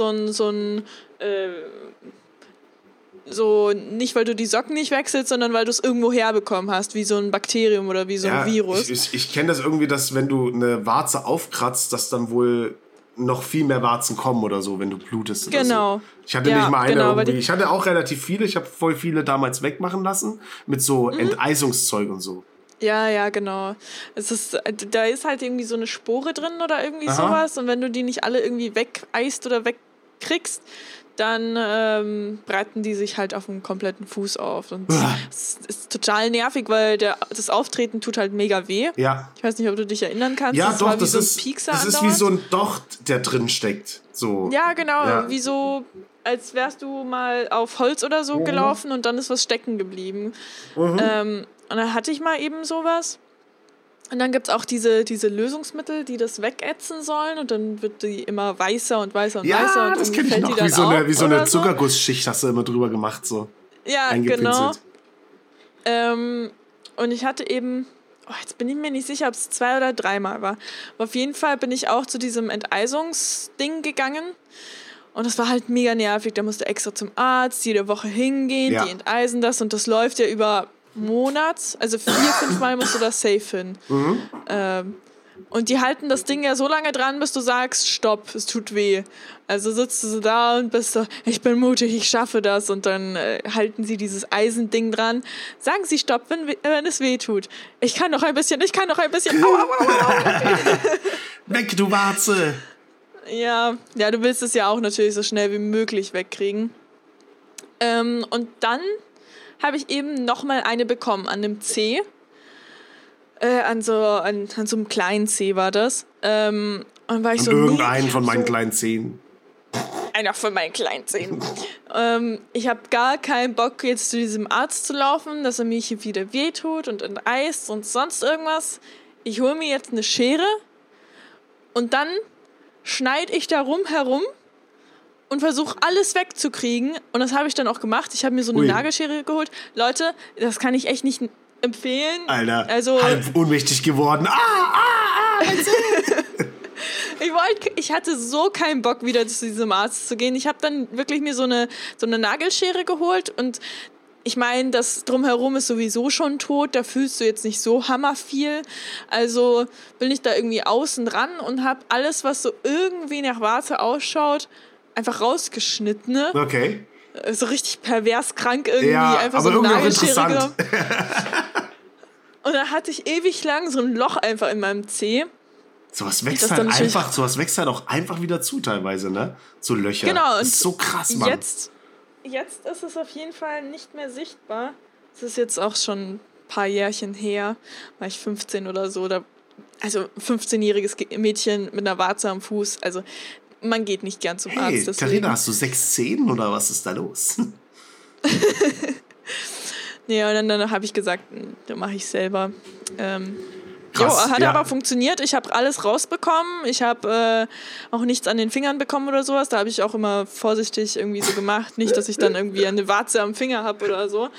so nicht, weil du die Socken nicht wechselst, sondern weil du es irgendwo herbekommen hast, wie so ein Bakterium oder wie so ein Virus. Ich kenne das irgendwie, dass wenn du eine Warze aufkratzt, dass dann wohl noch viel mehr Warzen kommen oder so, wenn du blutest oder so. Ich hatte nicht mal eine irgendwie. Ich hatte auch relativ viele. Ich habe voll viele damals wegmachen lassen mit so Enteisungszeug und so. Ja, genau. Da ist halt irgendwie so eine Spore drin oder irgendwie sowas und wenn du die nicht alle irgendwie wegeist oder wegkriegst, dann breiten die sich halt auf dem kompletten Fuß auf. Und es ist total nervig, weil das Auftreten tut halt mega weh. Ja. Ich weiß nicht, ob du dich erinnern kannst. Ja, das doch, das ist wie so ein Docht, der drin steckt. So. Ja, genau. Ja. Wie so, als wärst du mal auf Holz oder so gelaufen und dann ist was stecken geblieben. Und dann hatte ich mal eben sowas. Und dann gibt es auch diese Lösungsmittel, die das wegätzen sollen und dann wird die immer weißer und weißer und weißer. Ja, das kenne ich noch. Wie so eine Zuckergussschicht hast du immer drüber gemacht. So. Ja, genau. Und ich hatte eben, jetzt bin ich mir nicht sicher, ob es 2 oder 3 Mal war. Aber auf jeden Fall bin ich auch zu diesem Enteisungsding gegangen. Und das war halt mega nervig. Da musste extra zum Arzt, jede Woche hingehen, die enteisen das und das läuft ja über Monats, also 4-5 Mal musst du das safe hin. Und die halten das Ding ja so lange dran, bis du sagst, stopp, es tut weh. Also sitzt du so da und bist so, ich bin mutig, ich schaffe das. Und dann halten sie dieses Eisending dran. Sagen sie stopp, wenn es weh tut. Ich kann noch ein bisschen. Weg, du Warze! Ja, du willst es ja auch natürlich so schnell wie möglich wegkriegen. Und dann habe ich eben nochmal eine bekommen an einem Zeh. An so einem kleinen Zeh war das. Und war ich so irgendeinen von meinen kleinen Zehen. Einer von meinen kleinen Zehen. Ich habe gar keinen Bock, jetzt zu diesem Arzt zu laufen, dass er mir hier wieder wehtut und enteist und sonst irgendwas. Ich hole mir jetzt eine Schere und dann schneide ich da herum und versuche alles wegzukriegen. Und das habe ich dann auch gemacht. Ich habe mir so eine Nagelschere geholt. Leute, das kann ich echt nicht empfehlen. Alter, also halb ohnmächtig geworden. Ich hatte so keinen Bock, wieder zu diesem Arzt zu gehen. Ich habe dann wirklich mir so eine Nagelschere geholt und ich meine, das Drumherum ist sowieso schon tot, da fühlst du jetzt nicht so hammerviel. Also bin ich da irgendwie außen dran und habe alles, was so irgendwie nach Warze ausschaut, einfach rausgeschnitten. Ne? Okay. So richtig pervers krank irgendwie. Ja, einfach aber so eine irgendwie auch Nagelschere interessant. Und dann hatte ich ewig lang so ein Loch einfach in meinem Zeh. Sowas wächst halt auch einfach wieder zu teilweise, ne? So Löcher. Genau. Das ist so krass, Mann. Jetzt ist es auf jeden Fall nicht mehr sichtbar. Es ist jetzt auch schon ein paar Jährchen her, war ich 15 oder so. Also ein 15-jähriges Mädchen mit einer Warze am Fuß. Also man geht nicht gern zum Arzt. Hey, Carina, hast du 6 Zehen oder was ist da los? Nee, und dann habe ich gesagt, dann mache ich selber. Krass, hat aber funktioniert. Ich habe alles rausbekommen. Ich habe auch nichts an den Fingern bekommen oder sowas. Da habe ich auch immer vorsichtig irgendwie so gemacht. Nicht, dass ich dann irgendwie eine Warze am Finger habe oder so.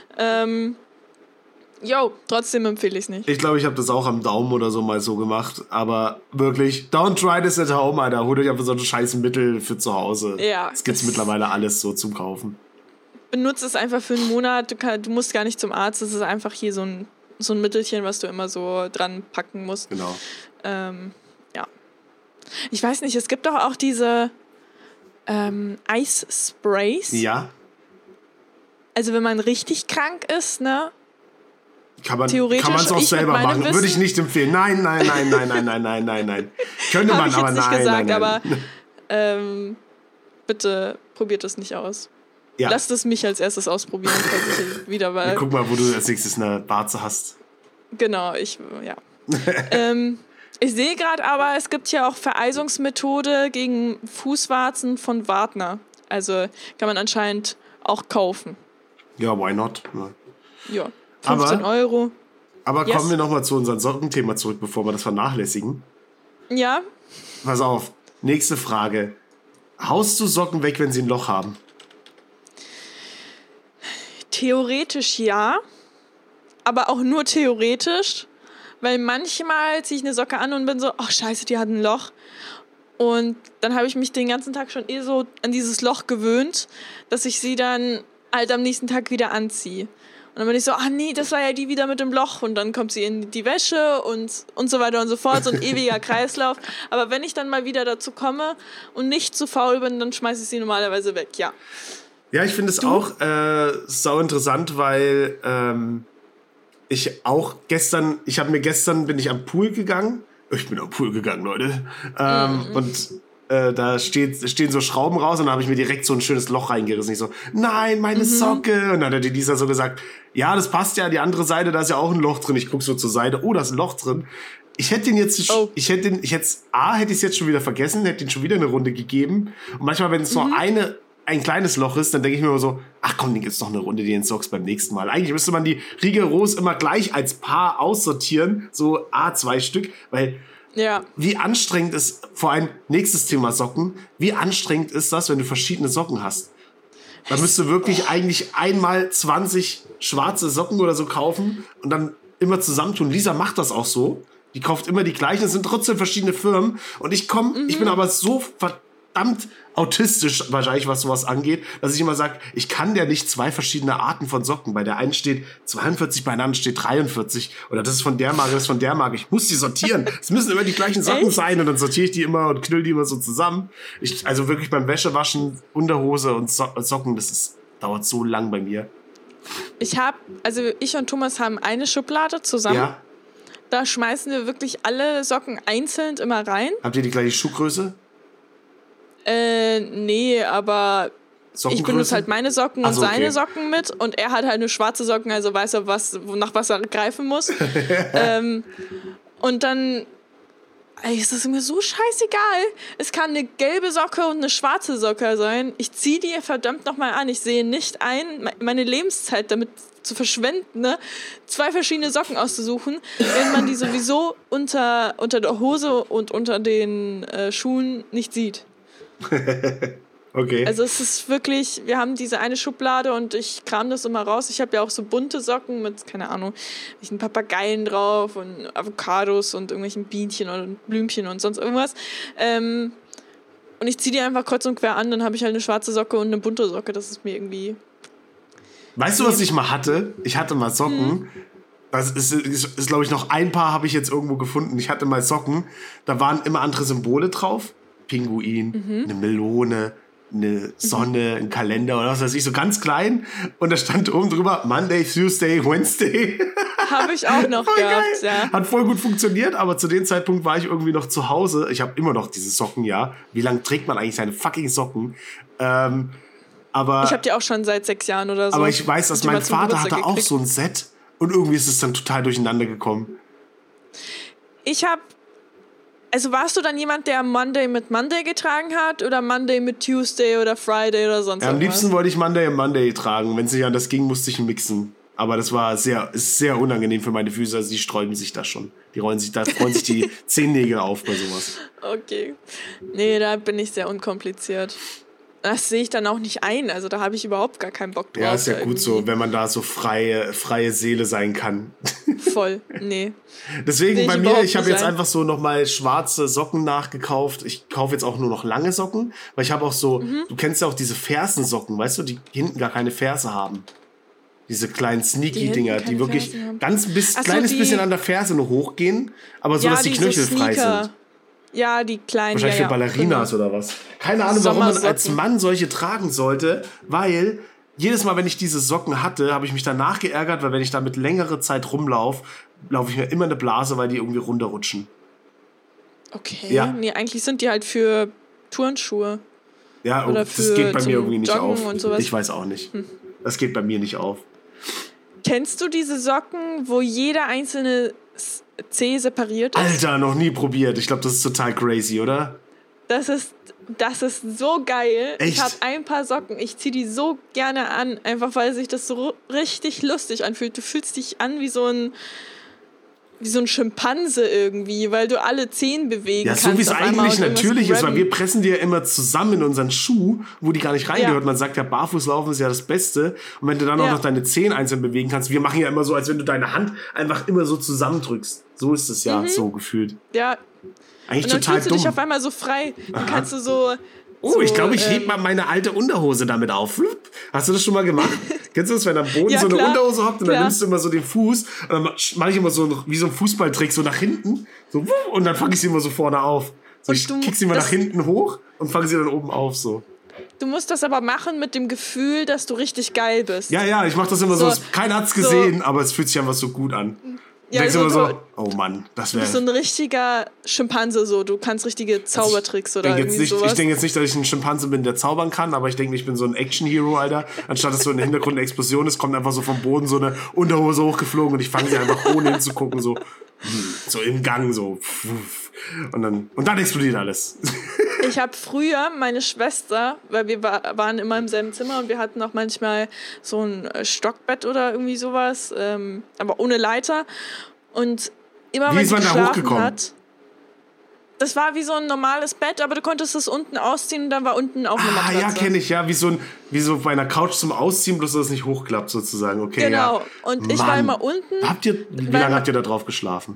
Trotzdem empfehle ich es nicht. Ich glaube, ich habe das auch am Daumen oder so mal so gemacht. Aber wirklich, don't try this at home, Alter. Holt euch einfach so ein scheiß Mittel für zu Hause. Ja. Es gibt mittlerweile alles so zum Kaufen. Benutze es einfach für einen Monat. Du musst gar nicht zum Arzt. Es ist einfach hier so ein Mittelchen, was du immer so dran packen musst. Genau. Ja. Ich weiß nicht, es gibt doch auch diese Eissprays. Ja. Also wenn man richtig krank ist, ne? Kann man es auch selber machen. Würde ich nicht empfehlen. Nein. Könnte man, aber nein. Aber bitte probiert das nicht aus. Ja. Lasst es mich als erstes ausprobieren, falls ich wieder mal... Guck mal, wo du als nächstes eine Warze hast. Genau, ich sehe gerade aber, es gibt ja auch Vereisungsmethode gegen Fußwarzen von Wartner. Also kann man anscheinend auch kaufen. Ja, why not? Ja, 15 Euro. Aber kommen wir nochmal zu unserem Sockenthema zurück, bevor wir das vernachlässigen. Ja. Pass auf, nächste Frage. Haust du Socken weg, wenn sie ein Loch haben? Theoretisch ja, aber auch nur theoretisch, weil manchmal ziehe ich eine Socke an und bin so, ach scheiße, die hat ein Loch. Und dann habe ich mich den ganzen Tag schon so an dieses Loch gewöhnt, dass ich sie dann halt am nächsten Tag wieder anziehe. Und dann bin ich so, ach nee, das war ja die wieder mit dem Loch. Und dann kommt sie in die Wäsche und so weiter und so fort. So ein ewiger Kreislauf. Aber wenn ich dann mal wieder dazu komme und nicht zu faul bin, dann schmeiße ich sie normalerweise weg, ja. Ja, ich finde es auch sau interessant, weil gestern bin ich am Pool gegangen. Ich bin am Pool gegangen, Leute. Und da stehen so Schrauben raus und da habe ich mir direkt so ein schönes Loch reingerissen. Ich so, nein, meine Socke. Und dann hat die Lisa so gesagt, ja, das passt ja, die andere Seite, da ist ja auch ein Loch drin. Ich gucke so zur Seite, oh, da ist ein Loch drin. Ich hätte ich hätte es jetzt schon wieder vergessen, hätte ihn schon wieder eine Runde gegeben. Und manchmal, wenn es nur ein kleines Loch ist, dann denke ich mir immer so, ach komm, den gibt's noch eine Runde, die Socken beim nächsten Mal. Eigentlich müsste man die rigoros immer gleich als Paar aussortieren, so 2 Stück, weil wie anstrengend ist, vor allem nächstes Thema Socken, wie anstrengend ist das, wenn du verschiedene Socken hast? Da müsstest du wirklich eigentlich einmal 20 schwarze Socken oder so kaufen und dann immer zusammentun. Lisa macht das auch so. Die kauft immer die gleichen, es sind trotzdem verschiedene Firmen und ich bin aber so verdammt autistisch wahrscheinlich, was sowas angeht, dass ich immer sage, ich kann ja nicht 2 verschiedene Arten von Socken. Bei der einen steht 42, bei der anderen steht 43. Oder das ist von der Marke, das ist von der Marke. Ich muss die sortieren. Es müssen immer die gleichen Socken sein und dann sortiere ich die immer und knüll die immer so zusammen. Also wirklich beim Wäschewaschen, Unterhose und Socken, dauert so lang bei mir. Ich und Thomas haben eine Schublade zusammen. Ja. Da schmeißen wir wirklich alle Socken einzeln immer rein. Habt ihr die gleiche Schuhgröße? Nee, aber ich benutze halt meine Socken und seine Socken mit und er hat halt eine schwarze Socken, also weiß er, nach was er greifen muss. Und dann ist das mir so scheißegal. Es kann eine gelbe Socke und eine schwarze Socke sein. Ich ziehe die verdammt nochmal an. Ich sehe nicht ein, meine Lebenszeit damit zu verschwenden, ne? 2 verschiedene Socken auszusuchen, wenn man die sowieso unter der Hose und unter den Schuhen nicht sieht. Okay. Also es ist wirklich, wir haben diese eine Schublade und ich kram das immer raus. Ich habe ja auch so bunte Socken mit, keine Ahnung, welchen Papageien drauf und Avocados und irgendwelchen Bienchen und Blümchen und sonst irgendwas. Und ich ziehe die einfach kreuz und quer an, dann habe ich halt eine schwarze Socke und eine bunte Socke. Das ist mir irgendwie... Weißt du, was ich mal hatte? Ich hatte mal Socken. Das ist glaube ich, noch ein Paar habe ich jetzt irgendwo gefunden. Ich hatte mal Socken, da waren immer andere Symbole drauf. Pinguin, eine Melone, eine Sonne, ein Kalender oder was weiß ich, so ganz klein. Und da stand oben drüber Monday, Tuesday, Wednesday. Habe ich auch noch gehabt, ja. Hat voll gut funktioniert, aber zu dem Zeitpunkt war ich irgendwie noch zu Hause. Ich habe immer noch diese Socken, ja. Wie lange trägt man eigentlich seine fucking Socken? Aber ich habe die auch schon seit 6 Jahren oder so. Aber ich weiß, dass mein Vater hatte auch so ein Set und irgendwie ist es dann total durcheinander gekommen. Also warst du dann jemand, der Monday mit Monday getragen hat oder Monday mit Tuesday oder Friday oder sonst Am irgendwas? liebsten wollte ich Monday und Monday tragen. Wenn es nicht anders ging, musste ich mixen. Aber das war sehr unangenehm für meine Füße. Also die sträuben sich da schon. Freuen sich die Zehennägel auf bei sowas. Okay. Nee, da bin ich sehr unkompliziert. Das sehe ich dann auch nicht ein. Also da habe ich überhaupt gar keinen Bock drauf. Ja, ist ja gut so, wenn man da so freie Seele sein kann. Voll, nee. Deswegen bei mir, ich habe jetzt einfach so nochmal schwarze Socken nachgekauft. Ich kaufe jetzt auch nur noch lange Socken, weil ich habe auch so, du kennst ja auch diese Fersensocken, weißt du, die hinten gar keine Ferse haben. Diese kleinen Sneaky-Dinger, die wirklich kleines bisschen an der Ferse nur hochgehen, aber so, dass die Knöchel frei sind. Ja, die kleinen. Wahrscheinlich für Ballerinas oder was. Keine Ahnung, warum man als Mann solche tragen sollte, weil jedes Mal, wenn ich diese Socken hatte, habe ich mich danach geärgert, weil wenn ich damit längere Zeit rumlaufe, laufe ich mir immer eine Blase, weil die irgendwie runterrutschen. Okay, ja. Nee, eigentlich sind die halt für Turnschuhe. Ja, oder das geht bei mir irgendwie nicht Joggen auf. Und sowas. Ich weiß auch nicht. Das geht bei mir nicht auf. Kennst du diese Socken, wo jeder einzelne Zeh separiert ist? Alter, noch nie probiert. Ich glaube, das ist total crazy, oder? Das ist so geil. Echt? Ich habe ein paar Socken. Ich ziehe die so gerne an, einfach weil sich das so richtig lustig anfühlt. Du fühlst dich an wie so ein Schimpanse irgendwie, weil du alle Zehen bewegen kannst. Ja, so wie es eigentlich natürlich ist, weil wir pressen die ja immer zusammen in unseren Schuh, wo die gar nicht reingehört. Man sagt ja, Barfußlaufen ist ja das Beste. Und wenn du dann auch noch deine Zehen einzeln bewegen kannst, wir machen ja immer so, als wenn du deine Hand einfach immer so zusammendrückst. So ist es ja so gefühlt. Ja. Eigentlich und dann total fühlst du dich auf einmal so frei. Dann kannst du so... ich glaube, ich heb mal meine alte Unterhose damit auf. Hast du das schon mal gemacht? Kennst du das, wenn am Boden so eine Unterhose hockt und dann nimmst du immer so den Fuß und dann mache ich immer so wie so ein Fußballtrick so nach hinten so, und dann fange ich sie immer so vorne auf. So, ich kick sie immer nach hinten hoch und fange sie dann oben auf so. Du musst das aber machen mit dem Gefühl, dass du richtig geil bist. Ja, ich mache das immer so keiner hat's gesehen, aber es fühlt sich einfach so gut an. Ja, denkst immer so, oh Mann, das wäre... Du bist so ein richtiger Schimpanse, so. Du kannst richtige Zaubertricks oder irgendwie sowas. Ich denke jetzt nicht, dass ich ein Schimpanse bin, der zaubern kann, aber ich denke, ich bin so ein Action-Hero, Alter. Anstatt dass so im Hintergrund eine Explosion ist, kommt einfach so vom Boden so eine Unterhose hochgeflogen und ich fange sie einfach ohne hinzugucken, so im Gang, so. Und dann explodiert alles. Ich habe früher meine Schwester, weil wir waren immer im selben Zimmer und wir hatten auch manchmal so ein Stockbett oder irgendwie sowas, aber ohne Leiter. Und immer wenn sie geschlafen hat, das war wie so ein normales Bett, aber du konntest es unten ausziehen und dann war unten auch eine Matratze. Ja, kenne ich, ja, wie so bei einer Couch zum Ausziehen, bloß dass es nicht hochklappt sozusagen, okay. Genau, ja. und ich war immer unten. Wie lange habt ihr da drauf geschlafen?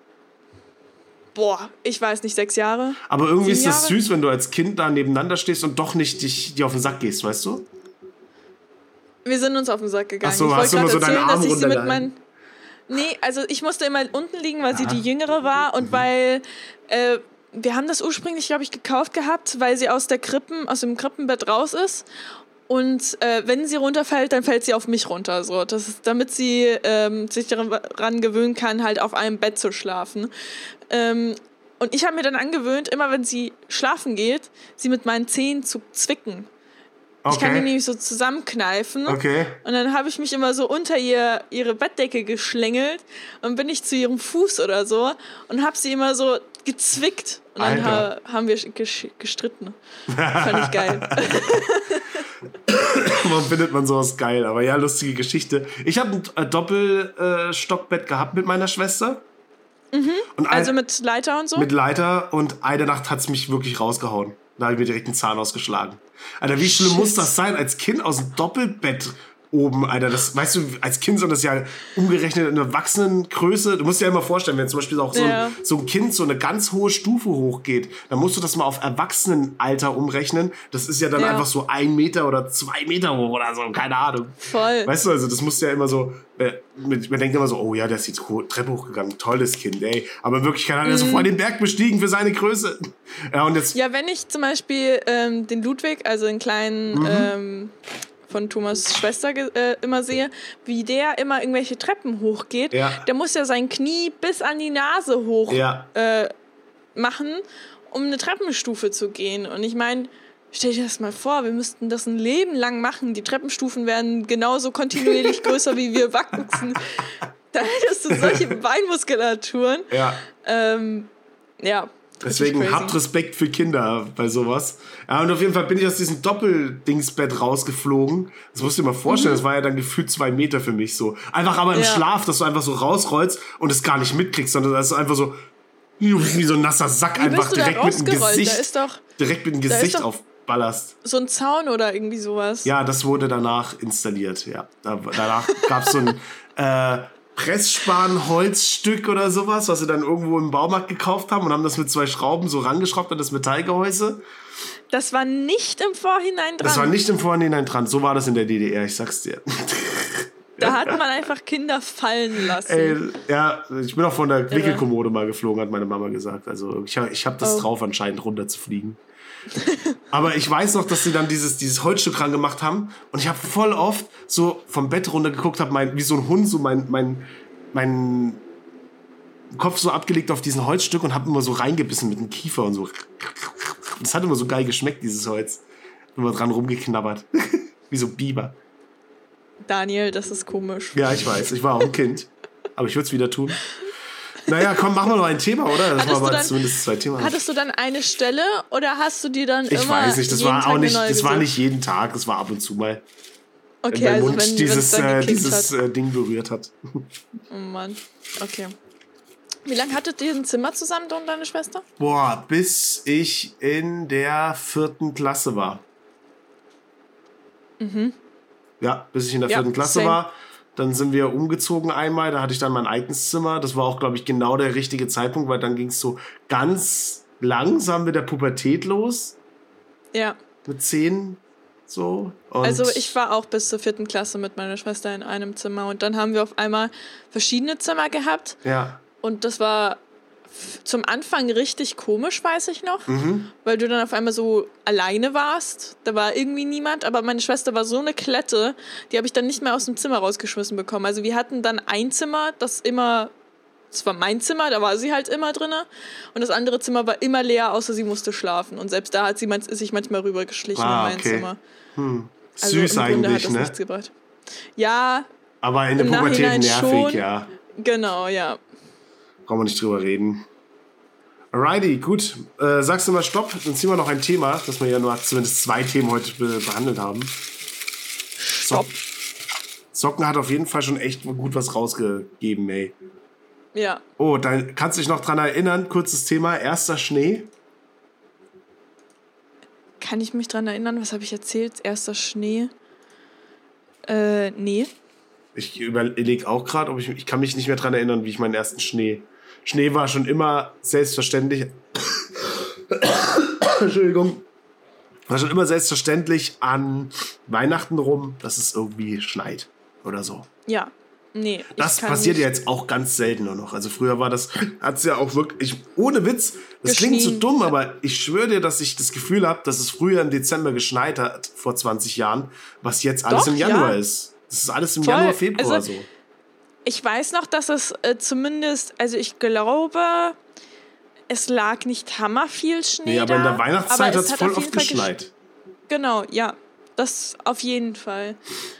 Boah, ich weiß nicht, 6 Jahre. Aber irgendwie ist das süß, wenn du als Kind da nebeneinander stehst und doch nicht dir auf den Sack gehst, weißt du? Wir sind uns auf den Sack gegangen. Ach so, hast du immer so deinen Arm runtergehalten? Nee, also ich musste immer unten liegen, weil sie die Jüngere war und weil wir haben das ursprünglich, glaube ich, gekauft gehabt, weil sie aus dem Krippenbett raus ist. Und wenn sie runterfällt, dann fällt sie auf mich runter. So. Das ist, damit sie sich daran gewöhnen kann, halt auf einem Bett zu schlafen. Und ich habe mir dann angewöhnt, immer wenn sie schlafen geht, sie mit meinen Zehen zu zwicken. Okay. Ich kann die nämlich so zusammenkneifen. Okay. Und dann habe ich mich immer so unter ihre Bettdecke geschlängelt und bin ich zu ihrem Fuß oder so und habe sie immer so gezwickt. Und dann haben wir gestritten. Fand ich geil. Warum findet man sowas geil? Aber ja, lustige Geschichte. Ich habe ein Doppelstockbett gehabt mit meiner Schwester. Mhm. Und also mit Leiter und so? Mit Leiter und eine Nacht hat es mich wirklich rausgehauen. Da habe ich mir direkt einen Zahn ausgeschlagen. Alter, wie schlimm muss das sein, als Kind aus dem Doppelbett oben, Alter, das, weißt du, als Kind sind das ja umgerechnet in einer Erwachsenengröße. Du musst dir ja immer vorstellen, wenn zum Beispiel auch so ein Kind so eine ganz hohe Stufe hochgeht, dann musst du das mal auf Erwachsenenalter umrechnen. Das ist ja dann einfach so 1 Meter oder 2 Meter hoch oder so, keine Ahnung. Voll. Weißt du, also das musst du ja immer so, man denkt immer so, oh ja, der ist die Treppe hochgegangen, tolles Kind, ey. Aber in Wirklichkeit hat er so voll den Berg bestiegen für seine Größe. Ja, und jetzt, ja, wenn ich zum Beispiel den Ludwig, also den kleinen von Thomas' Schwester immer sehe, wie der immer irgendwelche Treppen hochgeht, der muss ja sein Knie bis an die Nase hoch machen, um eine Treppenstufe zu gehen. Und ich meine, stell dir das mal vor, wir müssten das ein Leben lang machen. Die Treppenstufen werden genauso kontinuierlich größer, wie wir wachsen. Da hättest du solche Beinmuskulaturen. Ja. Deswegen habt Respekt für Kinder bei sowas. Ja, und auf jeden Fall bin ich aus diesem Doppeldingsbett rausgeflogen. Das musst du dir mal vorstellen, das war ja dann gefühlt 2 Meter für mich so. Einfach aber im Schlaf, dass du einfach so rausrollst und es gar nicht mitkriegst, sondern das ist einfach so wie so ein nasser Sack, einfach direkt mit dem Gesicht, aufballerst. So ein Zaun oder irgendwie sowas. Ja, das wurde danach installiert, ja. Danach gab es so ein Pressspan-Holzstück oder sowas, was sie dann irgendwo im Baumarkt gekauft haben und haben das mit 2 Schrauben so rangeschraubt an das Metallgehäuse. Das war nicht im Vorhinein dran. Das war nicht im Vorhinein dran. So war das in der DDR, ich sag's dir. Da hat man einfach Kinder fallen lassen. Ey, ja, ich bin auch von der Wickelkommode mal geflogen, hat meine Mama gesagt. Also ich hab das drauf, anscheinend runterzufliegen. Aber ich weiß noch, dass sie dann dieses Holzstück ran gemacht haben und ich habe voll oft so vom Bett runter geguckt, wie so ein Hund so mein Kopf so abgelegt auf diesen Holzstück und habe immer so reingebissen mit dem Kiefer und so. Das hat immer so geil geschmeckt, dieses Holz. Immer dran rumgeknabbert. Wie so Biber. Daniel, das ist komisch. Ja, ich weiß, ich war auch ein Kind. Aber ich würde es wieder tun. Naja, komm, machen wir noch ein Thema, oder? Das war zumindest 2 Themen. Hattest du dann eine Stelle oder hast du die dann ich weiß nicht, das war auch nicht, das war nicht jeden Tag, das war ab und zu mal. Okay, wenn mein also Mund wenn dieses Ding berührt hat. Oh Mann, okay. Wie lange hattet ihr ein Zimmer zusammen, du und deine Schwester? Boah, bis ich in der 4. Klasse war. Ja, bis ich in der 4. Klasse war. Dann sind wir umgezogen einmal, da hatte ich dann mein eigenes Zimmer. Das war auch, glaube ich, genau der richtige Zeitpunkt, weil dann ging es so ganz langsam mit der Pubertät los. Ja. Mit 10 so. Und also ich war auch bis zur 4. Klasse mit meiner Schwester in einem Zimmer und dann haben wir auf einmal verschiedene Zimmer gehabt. Ja. Und das war zum Anfang richtig komisch, weiß ich noch, weil du dann auf einmal so alleine warst. Da war irgendwie niemand, aber meine Schwester war so eine Klette, die habe ich dann nicht mehr aus dem Zimmer rausgeschmissen bekommen. Also wir hatten dann ein Zimmer, das war mein Zimmer, da war sie halt immer drin und das andere Zimmer war immer leer, außer sie musste schlafen. Und selbst da hat sie sich manchmal rübergeschlichen in mein Zimmer. Also süß eigentlich, ne? Nichts gebracht. Ja, aber in der Pubertät nervig, schon. Ja. Genau, ja. Brauchen wir nicht drüber reden. Alrighty, gut. Sagst du mal Stopp, dann ziehen wir noch ein Thema, dass wir ja nur zumindest 2 Themen heute behandelt haben. Stopp. Socken hat auf jeden Fall schon echt gut was rausgegeben, ey. Ja. Oh, dann kannst du dich noch dran erinnern, kurzes Thema, erster Schnee. Kann ich mich dran erinnern, was habe ich erzählt? Erster Schnee? Nee. Ich überlege auch gerade, ich kann mich nicht mehr dran erinnern, wie ich meinen ersten Schnee war schon immer selbstverständlich. Entschuldigung. War schon immer selbstverständlich an Weihnachten rum, dass es irgendwie schneit oder so. Ja, nee. Das passiert ja jetzt auch ganz selten nur noch. Also früher hat es ja auch wirklich, ohne Witz, das klingt so dumm, aber ich schwöre dir, dass ich das Gefühl habe, dass es früher im Dezember geschneit hat, vor 20 Jahren, was jetzt alles im Januar ist. Das ist alles im Januar, Februar so. Ich weiß noch, dass es zumindest, also ich glaube, es lag nicht hammerviel Schnee. Nee, aber in der Weihnachtszeit hat es voll oft geschneit. Genau, ja. Das auf jeden Fall.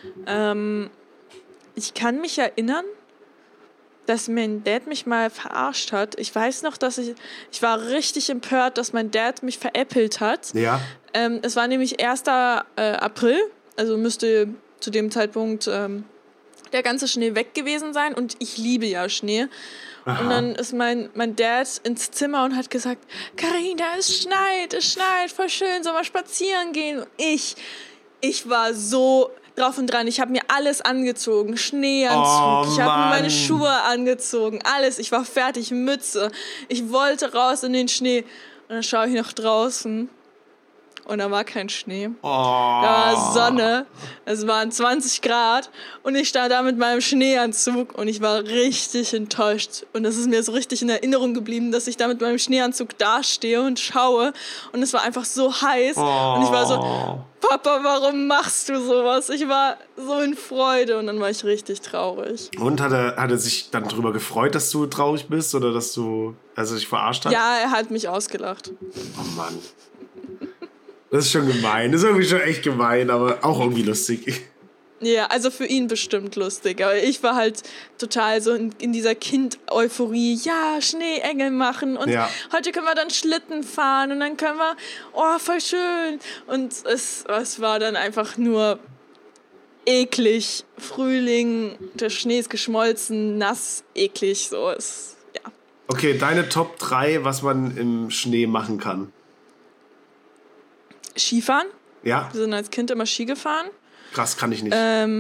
Ich kann mich erinnern, dass mein Dad mich mal verarscht hat. Ich weiß noch, dass ich war richtig empört, dass mein Dad mich veräppelt hat. Ja. Es war nämlich 1. April, also müsste zu dem Zeitpunkt der ganze Schnee weg gewesen sein und ich liebe ja Schnee. Aha. Und dann ist mein Dad ins Zimmer und hat gesagt, Carina, es schneit, voll schön, soll mal spazieren gehen. Und ich war so drauf und dran, ich habe mir alles angezogen, Schneeanzug, ich habe mir meine Schuhe angezogen, alles, ich war fertig, Mütze, ich wollte raus in den Schnee. Und dann schaue ich nach draußen und da war kein Schnee. Da war Sonne, es waren 20 Grad und ich stand da mit meinem Schneeanzug und ich war richtig enttäuscht. Und es ist mir so richtig in Erinnerung geblieben, dass ich da mit meinem Schneeanzug dastehe und schaue und es war einfach so heiß und ich war so, Papa, warum machst du sowas? Ich war so in Freude und dann war ich richtig traurig. Und hat er sich dann darüber gefreut, dass du traurig bist oder dass du dich verarscht hat? Ja, er hat mich ausgelacht. Oh Mann. Das ist schon gemein. Das ist irgendwie schon echt gemein, aber auch irgendwie lustig. Ja, also für ihn bestimmt lustig. Aber ich war halt total so in dieser Kind-Euphorie. Ja, Schneeengel machen und heute können wir dann Schlitten fahren und dann können wir, voll schön. Und es war dann einfach nur eklig. Frühling, der Schnee ist geschmolzen, nass, eklig. So ist, ja. Okay, deine Top 3, was man im Schnee machen kann. Skifahren. Ja. Wir sind als Kind immer Ski gefahren. Krass, kann ich nicht.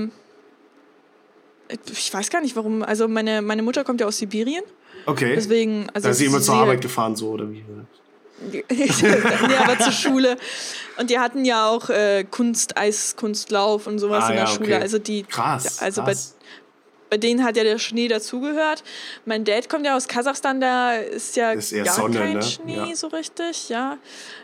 Ich weiß gar nicht, warum. Also meine Mutter kommt ja aus Sibirien. Okay. Deswegen, also da ist sie immer zur Arbeit gefahren, so, oder wie? Nee, aber zur Schule. Und die hatten ja auch Eiskunstlauf und sowas in der Schule. Also krass. Also krass. Bei denen hat ja der Schnee dazugehört. Mein Dad kommt ja aus Kasachstan, da ist ja gar Sonne, kein Schnee so richtig. Ja.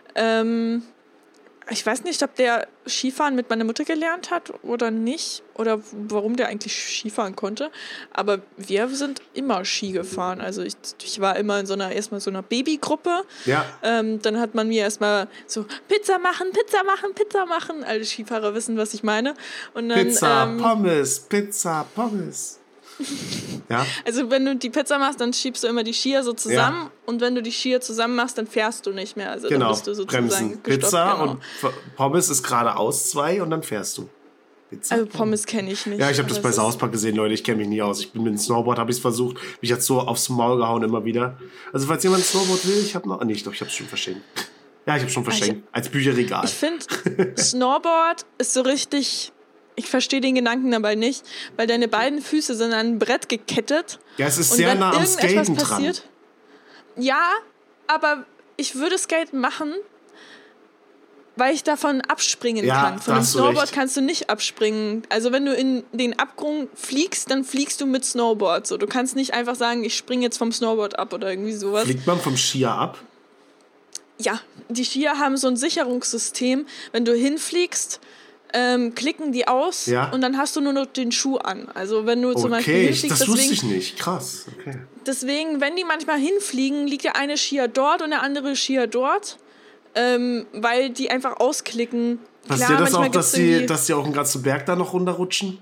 Ich weiß nicht, ob der Skifahren mit meiner Mutter gelernt hat oder nicht. Oder warum der eigentlich Skifahren konnte. Aber wir sind immer Ski gefahren. Also ich war immer in erstmal so einer Babygruppe. Ja. Dann hat man mir erstmal so Pizza machen. Alle Skifahrer wissen, was ich meine. Und dann, Pizza, Pommes. Ja. Also wenn du die Pizza machst, dann schiebst du immer die Skier so zusammen und wenn du die Skier zusammen machst, dann fährst du nicht mehr. Also dann bist du sozusagen Bremsen. Pizza und Pommes ist geradeaus 2 und dann fährst du. Pizza, also Pommes kenne ich nicht. Ja, ich habe das bei South Park gesehen, Leute, ich kenne mich nie aus. Ich bin mit dem Snowboard, habe ich es versucht, mich hat so aufs Maul gehauen immer wieder. Also falls jemand Snowboard will, ich glaube, ich habe es schon verschenkt. Ja, ich habe schon verschenkt, als Bücherregal. Ich finde, Snowboard ist so richtig... Ich verstehe den Gedanken dabei nicht, weil deine beiden Füße sind an ein Brett gekettet. Ja, es ist sehr nah am Skaten dran. Ja, aber ich würde Skaten machen, weil ich davon abspringen kann. Von dem Snowboard kannst du nicht abspringen. Also wenn du in den Abgrund fliegst, dann fliegst du mit Snowboard. So, du kannst nicht einfach sagen, ich springe jetzt vom Snowboard ab oder irgendwie sowas. Fliegt man vom Skier ab? Ja, die Skier haben so ein Sicherungssystem. Wenn du hinfliegst, klicken die aus und dann hast du nur noch den Schuh an. Also wenn du zum Beispiel hinfliegst... Das wusste ich nicht. Krass. Okay. Deswegen, wenn die manchmal hinfliegen, liegt der eine Skier dort und der andere Skier dort, weil die einfach ausklicken. Passiert das auch, dass die auch einen ganzen Berg da noch runterrutschen?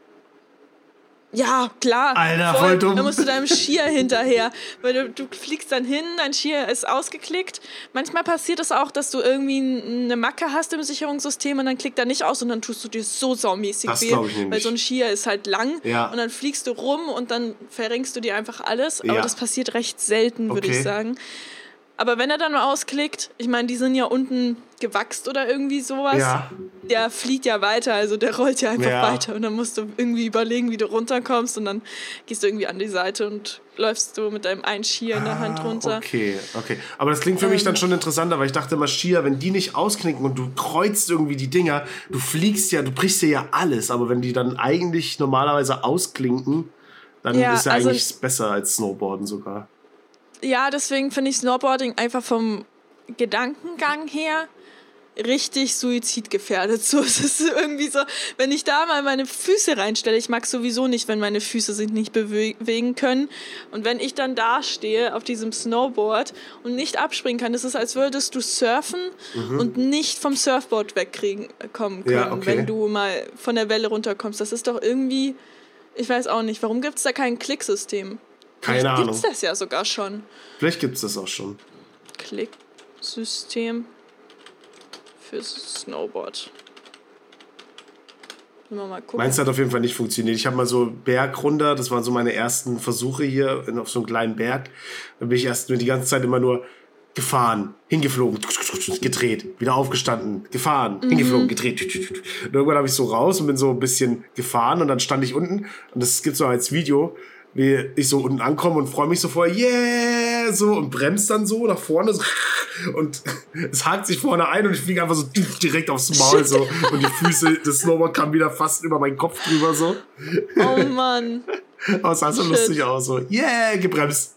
Ja, klar. Alter, voll dumm. Da musst du deinem Skier hinterher. Weil du fliegst dann hin, dein Skier ist ausgeklickt. Manchmal passiert es auch, dass du irgendwie eine Macke hast im Sicherungssystem und dann klickt er nicht aus und dann tust du dir so saumäßig weh. Das ich nicht. Weil so ein Skier ist halt lang und dann fliegst du rum und dann verrenkst du dir einfach alles. Aber das passiert recht selten, würde ich sagen. Aber wenn er dann mal ausklickt, ich meine, die sind ja unten gewachst oder irgendwie sowas, der fliegt ja weiter, also der rollt ja einfach weiter und dann musst du irgendwie überlegen, wie du runterkommst und dann gehst du irgendwie an die Seite und läufst du mit deinem einen Skier in der Hand runter. Okay. Aber das klingt für mich dann schon interessanter, weil ich dachte immer, Skier, wenn die nicht ausknicken und du kreuzt irgendwie die Dinger, du brichst ja alles, aber wenn die dann eigentlich normalerweise ausklinken, dann ist ja eigentlich besser als Snowboarden sogar. Ja, deswegen finde ich Snowboarding einfach vom Gedankengang her richtig suizidgefährdet. So, es ist irgendwie so, wenn ich da mal meine Füße reinstelle, ich mag sowieso nicht, wenn meine Füße sich nicht bewegen können. Und wenn ich dann da stehe auf diesem Snowboard und nicht abspringen kann, das ist, als würdest du surfen und nicht vom Surfboard wegkommen können, wenn du mal von der Welle runterkommst. Das ist doch irgendwie, ich weiß auch nicht, warum gibt es da kein Klicksystem? Keine Ahnung. Gibt es das ja sogar schon. Vielleicht gibt es das auch schon. Klicksystem für Snowboard. Mal gucken. Meins hat auf jeden Fall nicht funktioniert. Ich habe mal so Berg runter, das waren so meine ersten Versuche hier auf so einem kleinen Berg. Dann bin ich erst die ganze Zeit immer nur gefahren, hingeflogen, gedreht, wieder aufgestanden, gefahren, hingeflogen, gedreht. Und irgendwann habe ich so raus und bin so ein bisschen gefahren und dann stand ich unten und das gibt's so als Video, wie ich so unten ankomme und freue mich so vorher, yeah, so und bremst dann so nach vorne so, und es hakt sich vorne ein und ich fliege einfach so direkt aufs Maul so und die Füße, das Snowboard kam wieder fast über meinen Kopf drüber so. Oh Mann. Aber es sah so lustig aus, so, yeah, gebremst.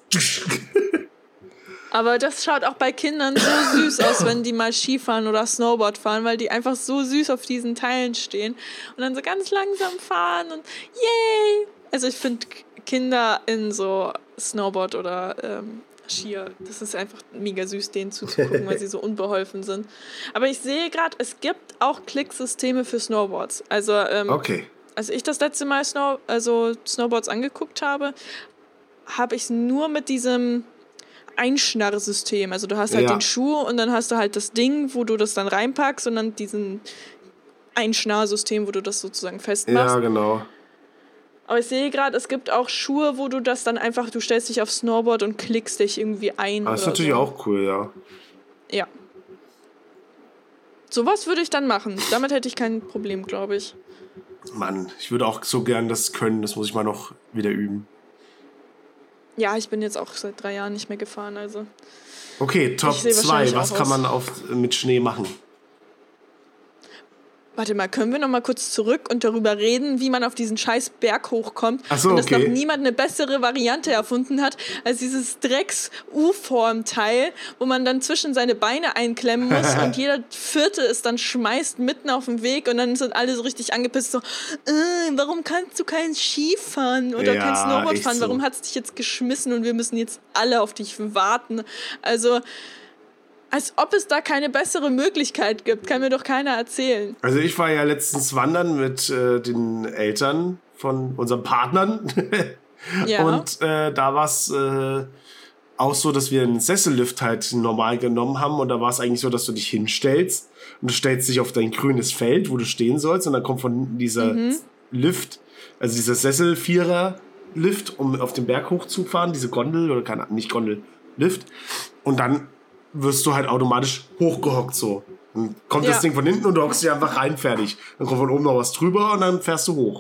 Aber das schaut auch bei Kindern so süß aus, wenn die mal Skifahren oder Snowboard fahren, weil die einfach so süß auf diesen Teilen stehen und dann so ganz langsam fahren und yay! Also ich finde Kinder in so Snowboard oder Skier, das ist einfach mega süß, denen zuzugucken, weil sie so unbeholfen sind. Aber ich sehe gerade, es gibt auch Klicksysteme für Snowboards. Also Okay. als ich das letzte Mal Snowboards angeguckt habe ich es nur mit diesem Einschnarrsystem. Also du hast halt den Schuh und dann hast du halt das Ding, wo du das dann reinpackst und dann diesen Einschnarrsystem, wo du das sozusagen festmachst. Ja, genau. Aber ich sehe gerade, es gibt auch Schuhe, wo du das dann einfach, du stellst dich aufs Snowboard und klickst dich irgendwie ein. Das ist natürlich auch cool, ja. Ja. Sowas würde ich dann machen. Damit hätte ich kein Problem, glaube ich. Mann, ich würde auch so gern das können. Das muss ich mal noch wieder üben. Ja, ich bin jetzt auch seit 3 Jahren nicht mehr gefahren, also. Okay, Top 2. Was kann man mit Schnee machen? Warte mal, können wir noch mal kurz zurück und darüber reden, wie man auf diesen scheiß Berg hochkommt? Ach so, und dass okay. noch niemand eine bessere Variante erfunden hat, als dieses Drecks-U-Form-Teil, wo man dann zwischen seine Beine einklemmen muss und jeder Vierte es dann schmeißt mitten auf dem Weg und dann sind alle so richtig angepisst, so, warum kannst du kein Ski fahren oder kein Snowboard fahren? Warum hat's dich jetzt geschmissen und wir müssen jetzt alle auf dich warten? Also, als ob es da keine bessere Möglichkeit gibt, kann mir doch keiner erzählen. Also ich war ja letztens wandern mit den Eltern von unseren Partnern. Ja. Und da war es auch so, dass wir einen Sessellift halt normal genommen haben. Und da war es eigentlich so, dass du dich hinstellst und du stellst dich auf dein grünes Feld, wo du stehen sollst. Und dann kommt von hinten dieser Lift, also dieser Sessel-Vierer-Lift, um auf den Berg hochzufahren. Diese Gondel oder nicht Gondel, Lift. Und dann wirst du halt automatisch hochgehockt so. Dann kommt das Ding von hinten und du hockst dich einfach rein, fertig. Dann kommt von oben noch was drüber und dann fährst du hoch.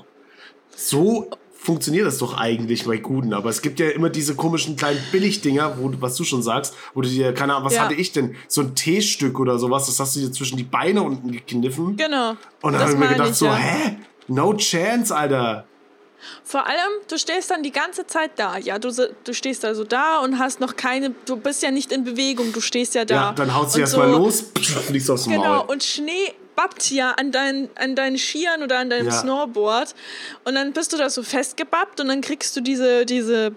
So funktioniert das doch eigentlich bei Guten. Aber es gibt ja immer diese komischen kleinen Billigdinger, was du schon sagst, wo du dir, keine Ahnung, was hatte ich denn? So ein T-Stück oder sowas, das hast du dir zwischen die Beine unten gekniffen. Genau. Und dann habe ich mir gedacht hä? No chance, Alter. Vor allem, du stehst dann die ganze Zeit da, ja, du stehst also da und hast noch du bist ja nicht in Bewegung, du stehst ja da. Ja, dann haust du erstmal los, fliegst aus dem Maul. Genau, und Schnee bappt ja an deinen Skiern oder an deinem Snowboard und dann bist du da so festgebappt und dann kriegst du diese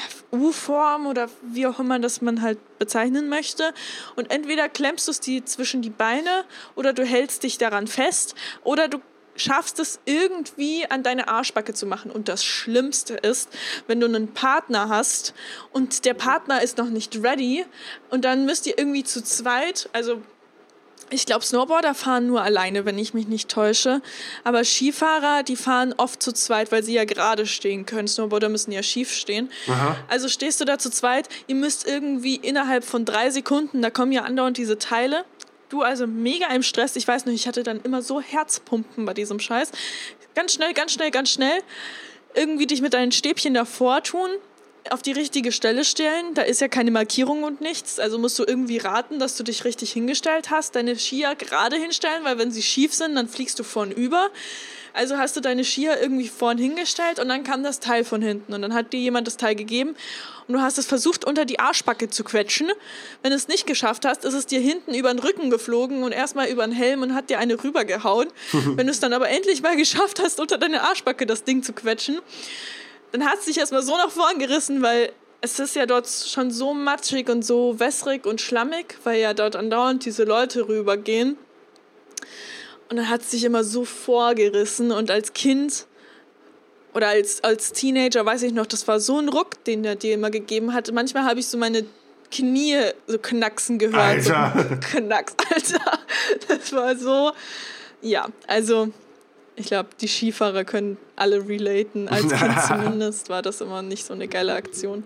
U-Form oder wie auch immer das man halt bezeichnen möchte und entweder klemmst du es zwischen die Beine oder du hältst dich daran fest oder du schaffst es irgendwie an deine Arschbacke zu machen. Und das Schlimmste ist, wenn du einen Partner hast und der Partner ist noch nicht ready und dann müsst ihr irgendwie zu zweit, also ich glaube, Snowboarder fahren nur alleine, wenn ich mich nicht täusche. Aber Skifahrer, die fahren oft zu zweit, weil sie ja gerade stehen können. Snowboarder müssen ja schief stehen. Aha. Also stehst du da zu zweit, ihr müsst irgendwie innerhalb von 3 Sekunden, da kommen ja andauernd diese Teile. Du also mega im Stress. Ich weiß noch, ich hatte dann immer so Herzpumpen bei diesem Scheiß. Ganz schnell, ganz schnell, ganz schnell. Irgendwie dich mit deinen Stäbchen davor tun, auf die richtige Stelle stellen. Da ist ja keine Markierung und nichts. Also musst du irgendwie raten, dass du dich richtig hingestellt hast. Deine Skier gerade hinstellen, weil wenn sie schief sind, dann fliegst du vornüber. Also hast du deine Skier irgendwie vorn hingestellt und dann kam das Teil von hinten. Und dann hat dir jemand das Teil gegeben und du hast es versucht, unter die Arschbacke zu quetschen. Wenn du es nicht geschafft hast, ist es dir hinten über den Rücken geflogen und erstmal über den Helm und hat dir eine rübergehauen. Wenn du es dann aber endlich mal geschafft hast, unter deine Arschbacke das Ding zu quetschen, dann hat es dich erstmal so nach vorn gerissen, weil es ist ja dort schon so matschig und so wässrig und schlammig, weil ja dort andauernd diese Leute rübergehen. Und dann hat es sich immer so vorgerissen und als Kind oder als Teenager, weiß ich noch, das war so ein Ruck, den der dir immer gegeben hat. Manchmal habe ich so meine Knie so knacksen gehört. Alter. So, Knacks, Alter. Das war so, ja, also Ich glaube, die Skifahrer können alle relaten. Als Kind zumindest war das immer nicht so eine geile Aktion.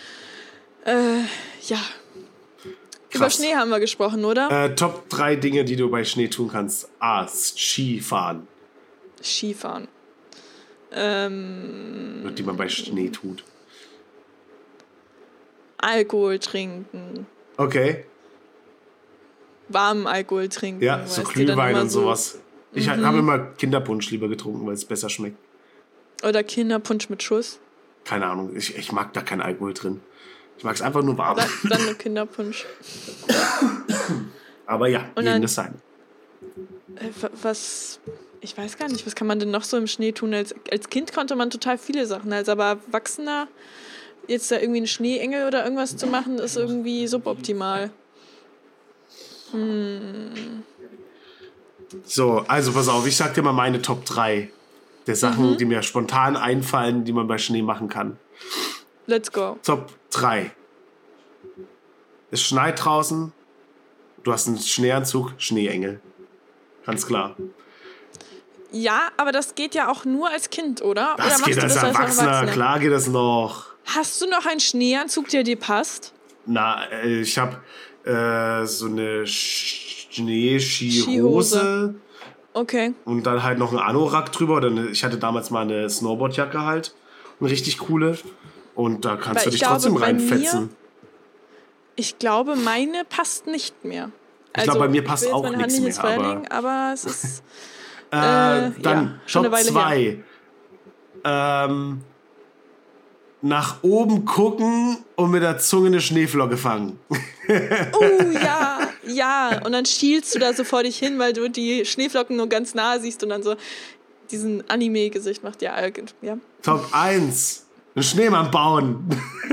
Ja. Krass. Über Schnee haben wir gesprochen, oder? Top 3 Dinge, die du bei Schnee tun kannst. A. Skifahren. Skifahren. Die man bei Schnee tut. Alkohol trinken. Okay. Warmen Alkohol trinken. Ja, so Glühwein und sowas. Ich habe immer Kinderpunsch lieber getrunken, weil es besser schmeckt. Oder Kinderpunsch mit Schuss. Keine Ahnung, ich mag da kein Alkohol drin. Ich mag es einfach nur warm. Dann nur Kinderpunsch. Aber ja, jedem das sein. Ich weiß gar nicht, was kann man denn noch so im Schnee tun? Als Kind konnte man total viele Sachen. Als aber Erwachsener jetzt da irgendwie einen Schneeengel oder irgendwas zu machen, ist irgendwie suboptimal. So, also pass auf, ich sag dir mal meine Top 3 der Sachen, die mir spontan einfallen, die man bei Schnee machen kann. Let's go. Top 3. Es schneit draußen, du hast einen Schneeanzug, Schneeengel. Ganz klar. Ja, aber das geht ja auch nur als Kind, oder? Das oder geht als Erwachsener, klar geht das noch. Hast du noch einen Schneeanzug, der dir passt? Na, ich habe so eine Schneeskihose. Okay. Und dann halt noch ein Anorak drüber. Ich hatte damals mal eine Snowboardjacke halt. Eine richtig coole. Und da kannst du dich trotzdem reinfetzen. Ich glaube, meine passt nicht mehr. Ich glaube, bei mir passt auch nichts mehr. Aber es ist... dann Top 2. Nach oben gucken und mit der Zunge eine Schneeflocke fangen. Ja. Und dann schielst du da so vor dich hin, weil du die Schneeflocken nur ganz nah siehst und dann so diesen Anime-Gesicht macht. Ja. Top 1. Einen Schneemann bauen.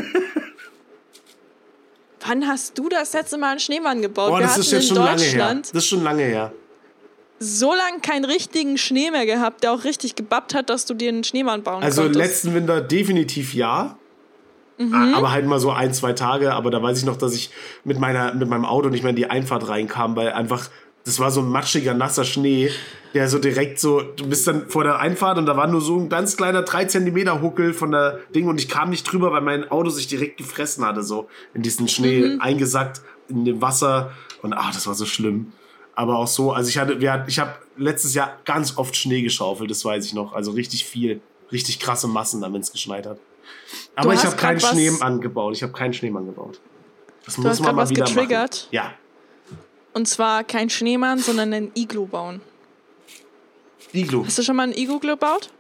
Wann hast du das letzte Mal einen Schneemann gebaut? Boah, das ist jetzt schon lange her. Das ist schon lange her. So lange keinen richtigen Schnee mehr gehabt, der auch richtig gebappt hat, dass du dir einen Schneemann bauen konntest. Also letzten Winter definitiv ja. Aber halt mal so 1-2 Tage. Aber da weiß ich noch, dass ich mit meinem Auto nicht mehr in die Einfahrt reinkam, weil einfach, das war so ein matschiger, nasser Schnee, der so direkt so, du bist dann vor der Einfahrt und da war nur so ein ganz kleiner 3 Zentimeter Huckel von der Ding und ich kam nicht drüber, weil mein Auto sich direkt gefressen hatte, so in diesen Schnee eingesackt, in dem Wasser und das war so schlimm. Aber auch so, also ich habe letztes Jahr ganz oft Schnee geschaufelt, das weiß ich noch, also richtig viel, richtig krasse Massen, wenn es geschneit hat. Aber ich habe keinen Schneemann gebaut. Das muss man mal wieder getriggert. Machen. Ja. Und zwar kein Schneemann, sondern ein Iglu bauen. Iglu. Hast du schon mal ein Iglu gebaut?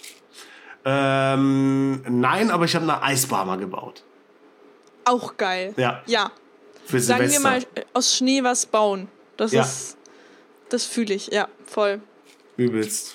Nein, aber ich habe eine Eisbar mal gebaut. Auch geil. Ja. Für Silvester. Sagen wir mal, aus Schnee was bauen. Das fühle ich, ja, voll. Übelst.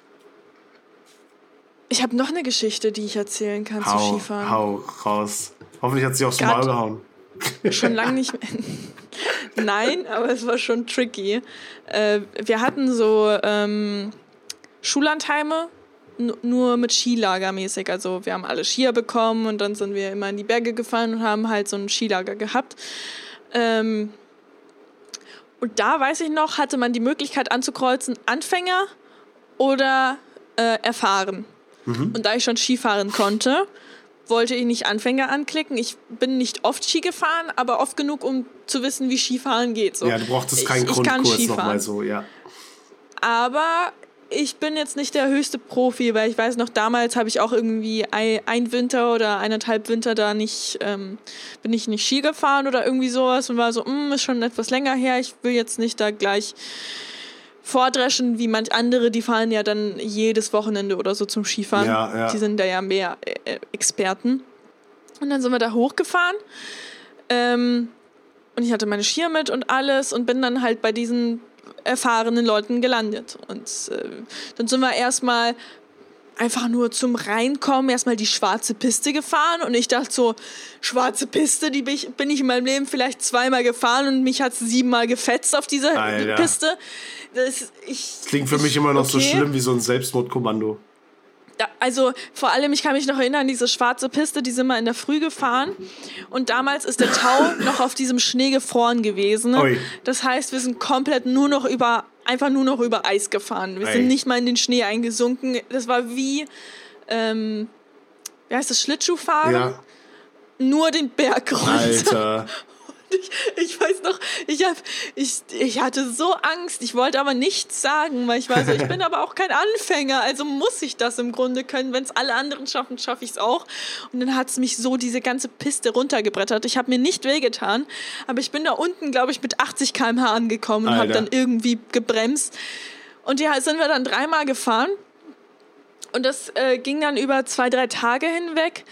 Ich habe noch eine Geschichte, die ich erzählen kann zu Skifahren. Hau raus. Hoffentlich hat sie aufs Maul gehauen. Schon lange nicht mehr. Nein, aber es war schon tricky. Wir hatten so Schullandheime, nur mit Skilager mäßig. Also wir haben alle Skier bekommen und dann sind wir immer in die Berge gefahren und haben halt so ein Skilager gehabt. Und da, weiß ich noch, hatte man die Möglichkeit anzukreuzen, Anfänger oder erfahren. Und da ich schon Skifahren konnte, wollte ich nicht Anfänger anklicken. Ich bin nicht oft Ski gefahren, aber oft genug, um zu wissen, wie Skifahren geht. So. Ja, du brauchtest keinen Grundkurs nochmal so, ja. Aber ich bin jetzt nicht der höchste Profi, weil ich weiß noch, damals habe ich auch irgendwie ein Winter oder 1,5 Winter da nicht, bin ich nicht Ski gefahren oder irgendwie sowas und war so, ist schon etwas länger her, ich will jetzt nicht da gleich vordreschen, wie manch andere, die fahren ja dann jedes Wochenende oder so zum Skifahren. Ja. Die sind da ja mehr Experten. Und dann sind wir da hochgefahren und ich hatte meine Skier mit und alles und bin dann halt bei diesen erfahrenen Leuten gelandet. Und dann sind wir erstmal einfach nur zum Reinkommen erstmal die schwarze Piste gefahren und ich dachte so, schwarze Piste, die bin ich in meinem Leben vielleicht 2-mal gefahren und mich hat es 7-mal gefetzt auf dieser Piste. Das klingt für mich immer noch so schlimm wie so ein Selbstmordkommando. Ja, also vor allem, ich kann mich noch erinnern, diese schwarze Piste, die sind wir in der Früh gefahren und damals ist der Tau noch auf diesem Schnee gefroren gewesen. Oi. Das heißt, wir sind komplett nur noch über einfach nur noch über Eis gefahren. Wir sind nicht mal in den Schnee eingesunken. Das war wie, wie heißt das, Schlittschuhfahren? Ja. Nur den Berg runter. Alter. Ich weiß noch, ich hatte so Angst, ich wollte aber nichts sagen, weil ich war so, ich bin aber auch kein Anfänger, also muss ich das im Grunde können. Wenn es alle anderen schaffen, schaffe ich es auch. Und dann hat es mich so diese ganze Piste runtergebrettert. Ich habe mir nicht wehgetan, aber ich bin da unten, glaube ich, mit 80 km/h angekommen und habe dann irgendwie gebremst. Und ja, sind wir dann 3-mal gefahren. Und das ging dann über 2-3 Tage hinweg.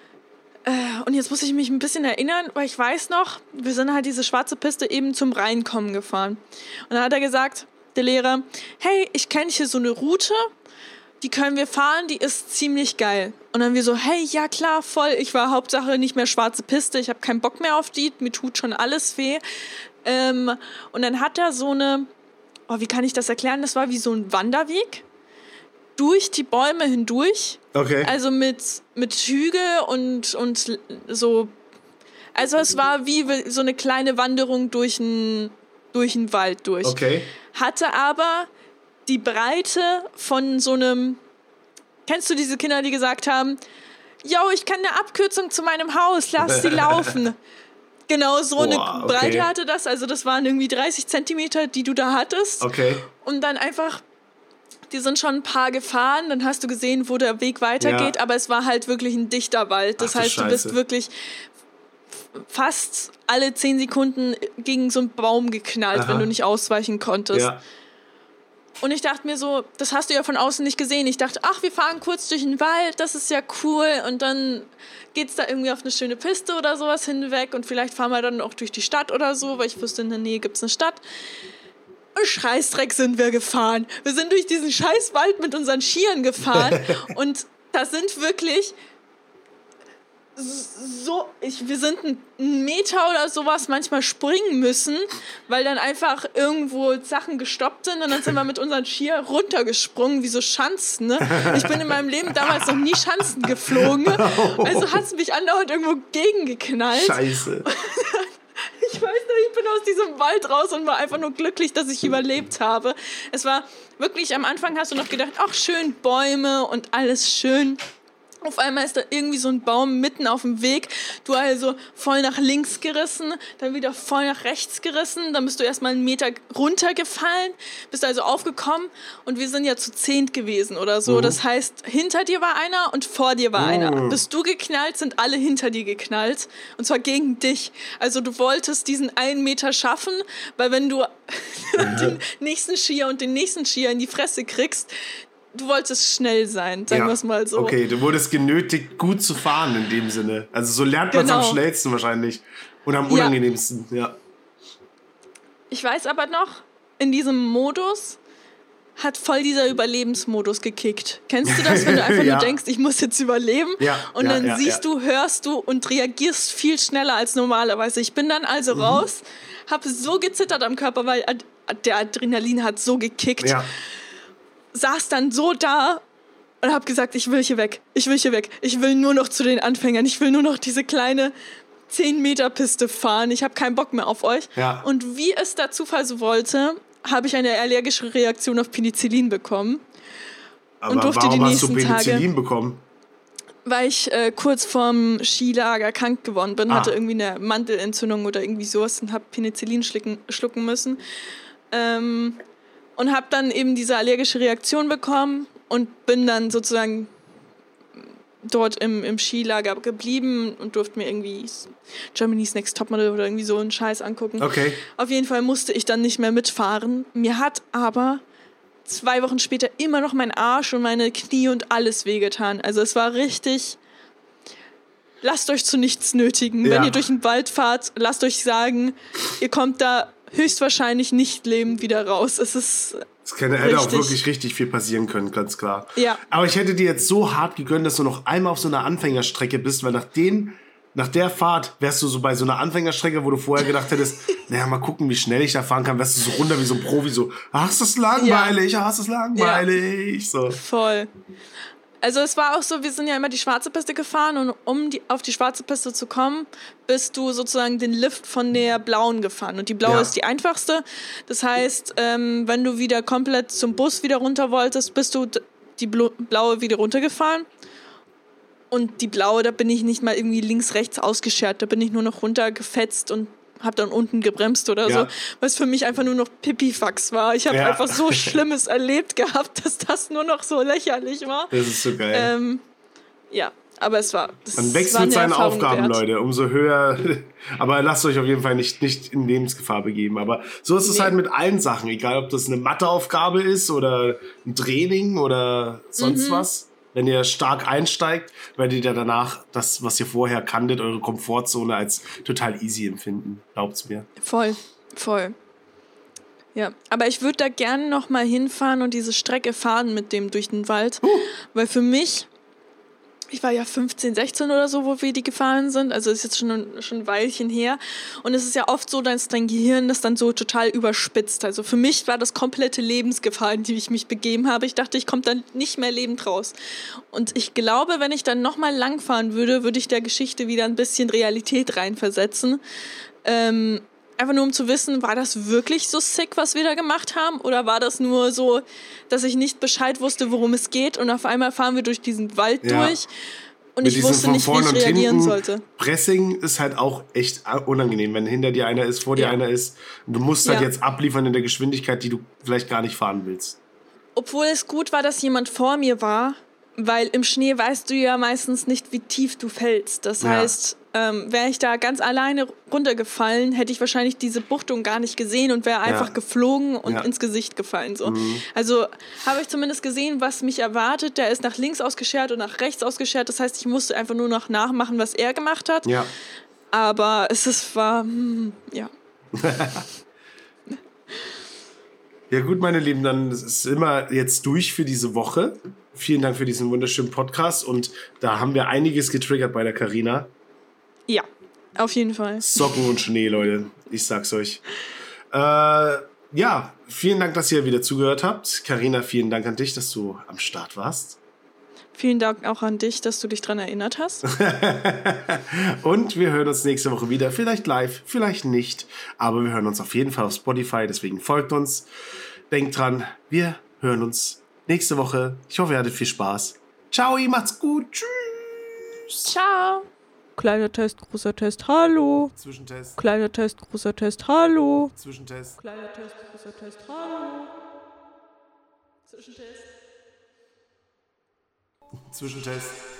Und jetzt muss ich mich ein bisschen erinnern, weil ich weiß noch, wir sind halt diese schwarze Piste eben zum Reinkommen gefahren. Und dann hat er gesagt, der Lehrer, hey, ich kenne hier so eine Route, die können wir fahren, die ist ziemlich geil. Und dann wir so, hey, ja klar, voll, ich war Hauptsache nicht mehr schwarze Piste, ich habe keinen Bock mehr auf die, mir tut schon alles weh. Und dann hat er so eine, wie kann ich das erklären, das war wie so ein Wanderweg durch die Bäume hindurch. Okay. Also mit Hügel und so. Also es war wie so eine kleine Wanderung durch einen Wald durch. Okay. Hatte aber die Breite von so einem... Kennst du diese Kinder, die gesagt haben, yo, ich kann eine Abkürzung zu meinem Haus, lass sie laufen. Genau, so eine Breite hatte das. Also das waren irgendwie 30 Zentimeter, die du da hattest. Okay. Und dann einfach... Die sind schon ein paar gefahren, dann hast du gesehen, wo der Weg weitergeht, aber es war halt wirklich ein dichter Wald. Das heißt, du bist wirklich fast alle 10 Sekunden gegen so einen Baum geknallt, wenn du nicht ausweichen konntest. Ja. Und ich dachte mir so, das hast du ja von außen nicht gesehen. Ich dachte, ach, wir fahren kurz durch den Wald, das ist ja cool. Und dann geht's da irgendwie auf eine schöne Piste oder sowas hinweg. Und vielleicht fahren wir dann auch durch die Stadt oder so, weil ich wusste, in der Nähe gibt's eine Stadt. Scheißdreck sind wir gefahren. Wir sind durch diesen Scheißwald mit unseren Skiern gefahren und da sind wirklich wir sind einen Meter oder sowas manchmal springen müssen, weil dann einfach irgendwo Sachen gestoppt sind und dann sind wir mit unseren Skiern runtergesprungen, wie so Schanzen. Ne? Ich bin in meinem Leben damals noch nie Schanzen geflogen, also hat es mich andauernd irgendwo gegengeknallt. Scheiße. Ich weiß nicht, ich bin aus diesem Wald raus und war einfach nur glücklich, dass ich überlebt habe. Es war wirklich, am Anfang hast du noch gedacht, ach schön, Bäume und alles schön. Auf einmal ist da irgendwie so ein Baum mitten auf dem Weg. Du also voll nach links gerissen, dann wieder voll nach rechts gerissen. Dann bist du erstmal 1 Meter runtergefallen, bist also aufgekommen und wir sind ja zu 10 gewesen oder so. Das heißt, hinter dir war einer und vor dir war einer. Bist du geknallt, sind alle hinter dir geknallt und zwar gegen dich. Also du wolltest diesen 1 Meter schaffen, weil wenn du den nächsten Skier und den nächsten Skier in die Fresse kriegst, du wolltest schnell sein, sagen wir es mal so. Okay, du wurdest genötigt, gut zu fahren in dem Sinne. Also so lernt man es am schnellsten wahrscheinlich. Und am unangenehmsten, ja. Ich weiß aber noch, in diesem Modus hat voll dieser Überlebensmodus gekickt. Kennst du das, wenn du einfach nur denkst, ich muss jetzt überleben? Ja, und dann siehst du, hörst du und reagierst viel schneller als normalerweise. Ich bin dann also raus, habe so gezittert am Körper, weil der Adrenalin hat so gekickt. Ja. Saß dann so da und habe gesagt, ich will hier weg. Ich will nur noch zu den Anfängern. Ich will nur noch diese kleine 10-Meter-Piste fahren. Ich habe keinen Bock mehr auf euch. Ja. Und wie es der Zufall so wollte, habe ich eine allergische Reaktion auf Penicillin bekommen. Aber und durfte warum die nächsten hast du Penicillin bekommen? Weil ich kurz vorm Skilager krank geworden bin, hatte irgendwie eine Mandelentzündung oder irgendwie sowas und habe Penicillin schlucken müssen. Und habe dann eben diese allergische Reaktion bekommen und bin dann sozusagen dort im Skilager geblieben und durfte mir irgendwie Germany's Next Topmodel oder irgendwie so einen Scheiß angucken. Okay. Auf jeden Fall musste ich dann nicht mehr mitfahren. Mir hat aber 2 Wochen später immer noch mein Arsch und meine Knie und alles wehgetan. Also es war richtig... Lasst euch zu nichts nötigen. Ja. Wenn ihr durch den Wald fahrt, lasst euch sagen, ihr kommt da höchstwahrscheinlich nicht lebend wieder raus. Es hätte auch wirklich richtig viel passieren können, ganz klar. Ja. Aber ich hätte dir jetzt so hart gegönnt, dass du noch einmal auf so einer Anfängerstrecke bist, weil nach der Fahrt wärst du so bei so einer Anfängerstrecke, wo du vorher gedacht hättest, naja, mal gucken, wie schnell ich da fahren kann, wärst du so runter wie so ein Profi, so, ach, ist das langweilig, ach, ist das langweilig. So. Voll. Also es war auch so, wir sind ja immer die schwarze Piste gefahren und um auf die schwarze Piste zu kommen, bist du sozusagen den Lift von der blauen gefahren. Und die blaue ist die einfachste. Das heißt, wenn du wieder komplett zum Bus wieder runter wolltest, bist du die blaue wieder runtergefahren. Und die blaue, da bin ich nicht mal irgendwie links, rechts ausgeschert. Da bin ich nur noch runtergefetzt und habe dann unten gebremst oder so, was für mich einfach nur noch Pipifax war. Ich habe einfach so Schlimmes erlebt gehabt, dass das nur noch so lächerlich war. Das ist so geil. Ja, aber es war... Man wächst mit seinen Aufgaben, Leute, umso höher. Aber lasst euch auf jeden Fall nicht in Lebensgefahr begeben. Aber so ist es halt mit allen Sachen, egal ob das eine Matheaufgabe ist oder ein Training oder sonst was. Wenn ihr stark einsteigt, werdet ihr danach das, was ihr vorher kanntet, eure Komfortzone als total easy empfinden. Glaubt's mir. Voll. Ja, aber ich würde da gerne noch mal hinfahren und diese Strecke fahren mit dem durch den Wald. Weil für mich, ich war ja 15, 16 oder so, wo wir die gefahren sind. Also ist jetzt schon ein Weilchen her. Und es ist ja oft so, dass dein Gehirn das dann so total überspitzt. Also für mich war das komplette Lebensgefahr, in die ich mich begeben habe. Ich dachte, ich komme dann nicht mehr lebend raus. Und ich glaube, wenn ich dann nochmal langfahren würde, würde ich der Geschichte wieder ein bisschen Realität reinversetzen. Einfach nur um zu wissen, war das wirklich so sick, was wir da gemacht haben? Oder war das nur so, dass ich nicht Bescheid wusste, worum es geht und auf einmal fahren wir durch diesen Wald durch und ich wusste nicht, wie ich reagieren sollte. Pressing ist halt auch echt unangenehm, wenn hinter dir einer ist, vor dir einer ist und du musst halt jetzt abliefern in der Geschwindigkeit, die du vielleicht gar nicht fahren willst. Obwohl es gut war, dass jemand vor mir war, weil im Schnee weißt du ja meistens nicht, wie tief du fällst. Das heißt, wäre ich da ganz alleine runtergefallen, hätte ich wahrscheinlich diese Buchtung gar nicht gesehen und wäre einfach geflogen und ins Gesicht gefallen. So. Also habe ich zumindest gesehen, was mich erwartet. Der ist nach links ausgeschert und nach rechts ausgeschert. Das heißt, ich musste einfach nur noch nachmachen, was er gemacht hat. Ja. Aber war. Ja gut, meine Lieben, dann ist immer jetzt durch für diese Woche. Vielen Dank für diesen wunderschönen Podcast und da haben wir einiges getriggert bei der Carina. Ja, auf jeden Fall. Socken und Schnee, Leute, ich sag's euch. Vielen Dank, dass ihr wieder zugehört habt. Carina, vielen Dank an dich, dass du am Start warst. Vielen Dank auch an dich, dass du dich dran erinnert hast. Und wir hören uns nächste Woche wieder. Vielleicht live, vielleicht nicht. Aber wir hören uns auf jeden Fall auf Spotify. Deswegen folgt uns. Denkt dran, wir hören uns nächste Woche. Ich hoffe, ihr hattet viel Spaß. Ciao, macht's gut. Tschüss. Ciao. Kleiner Test, großer Test, hallo. Zwischentest. Kleiner Test, großer Test, hallo. Zwischentest. Kleiner Test, großer Test, hallo. Zwischentest. Zwischentest.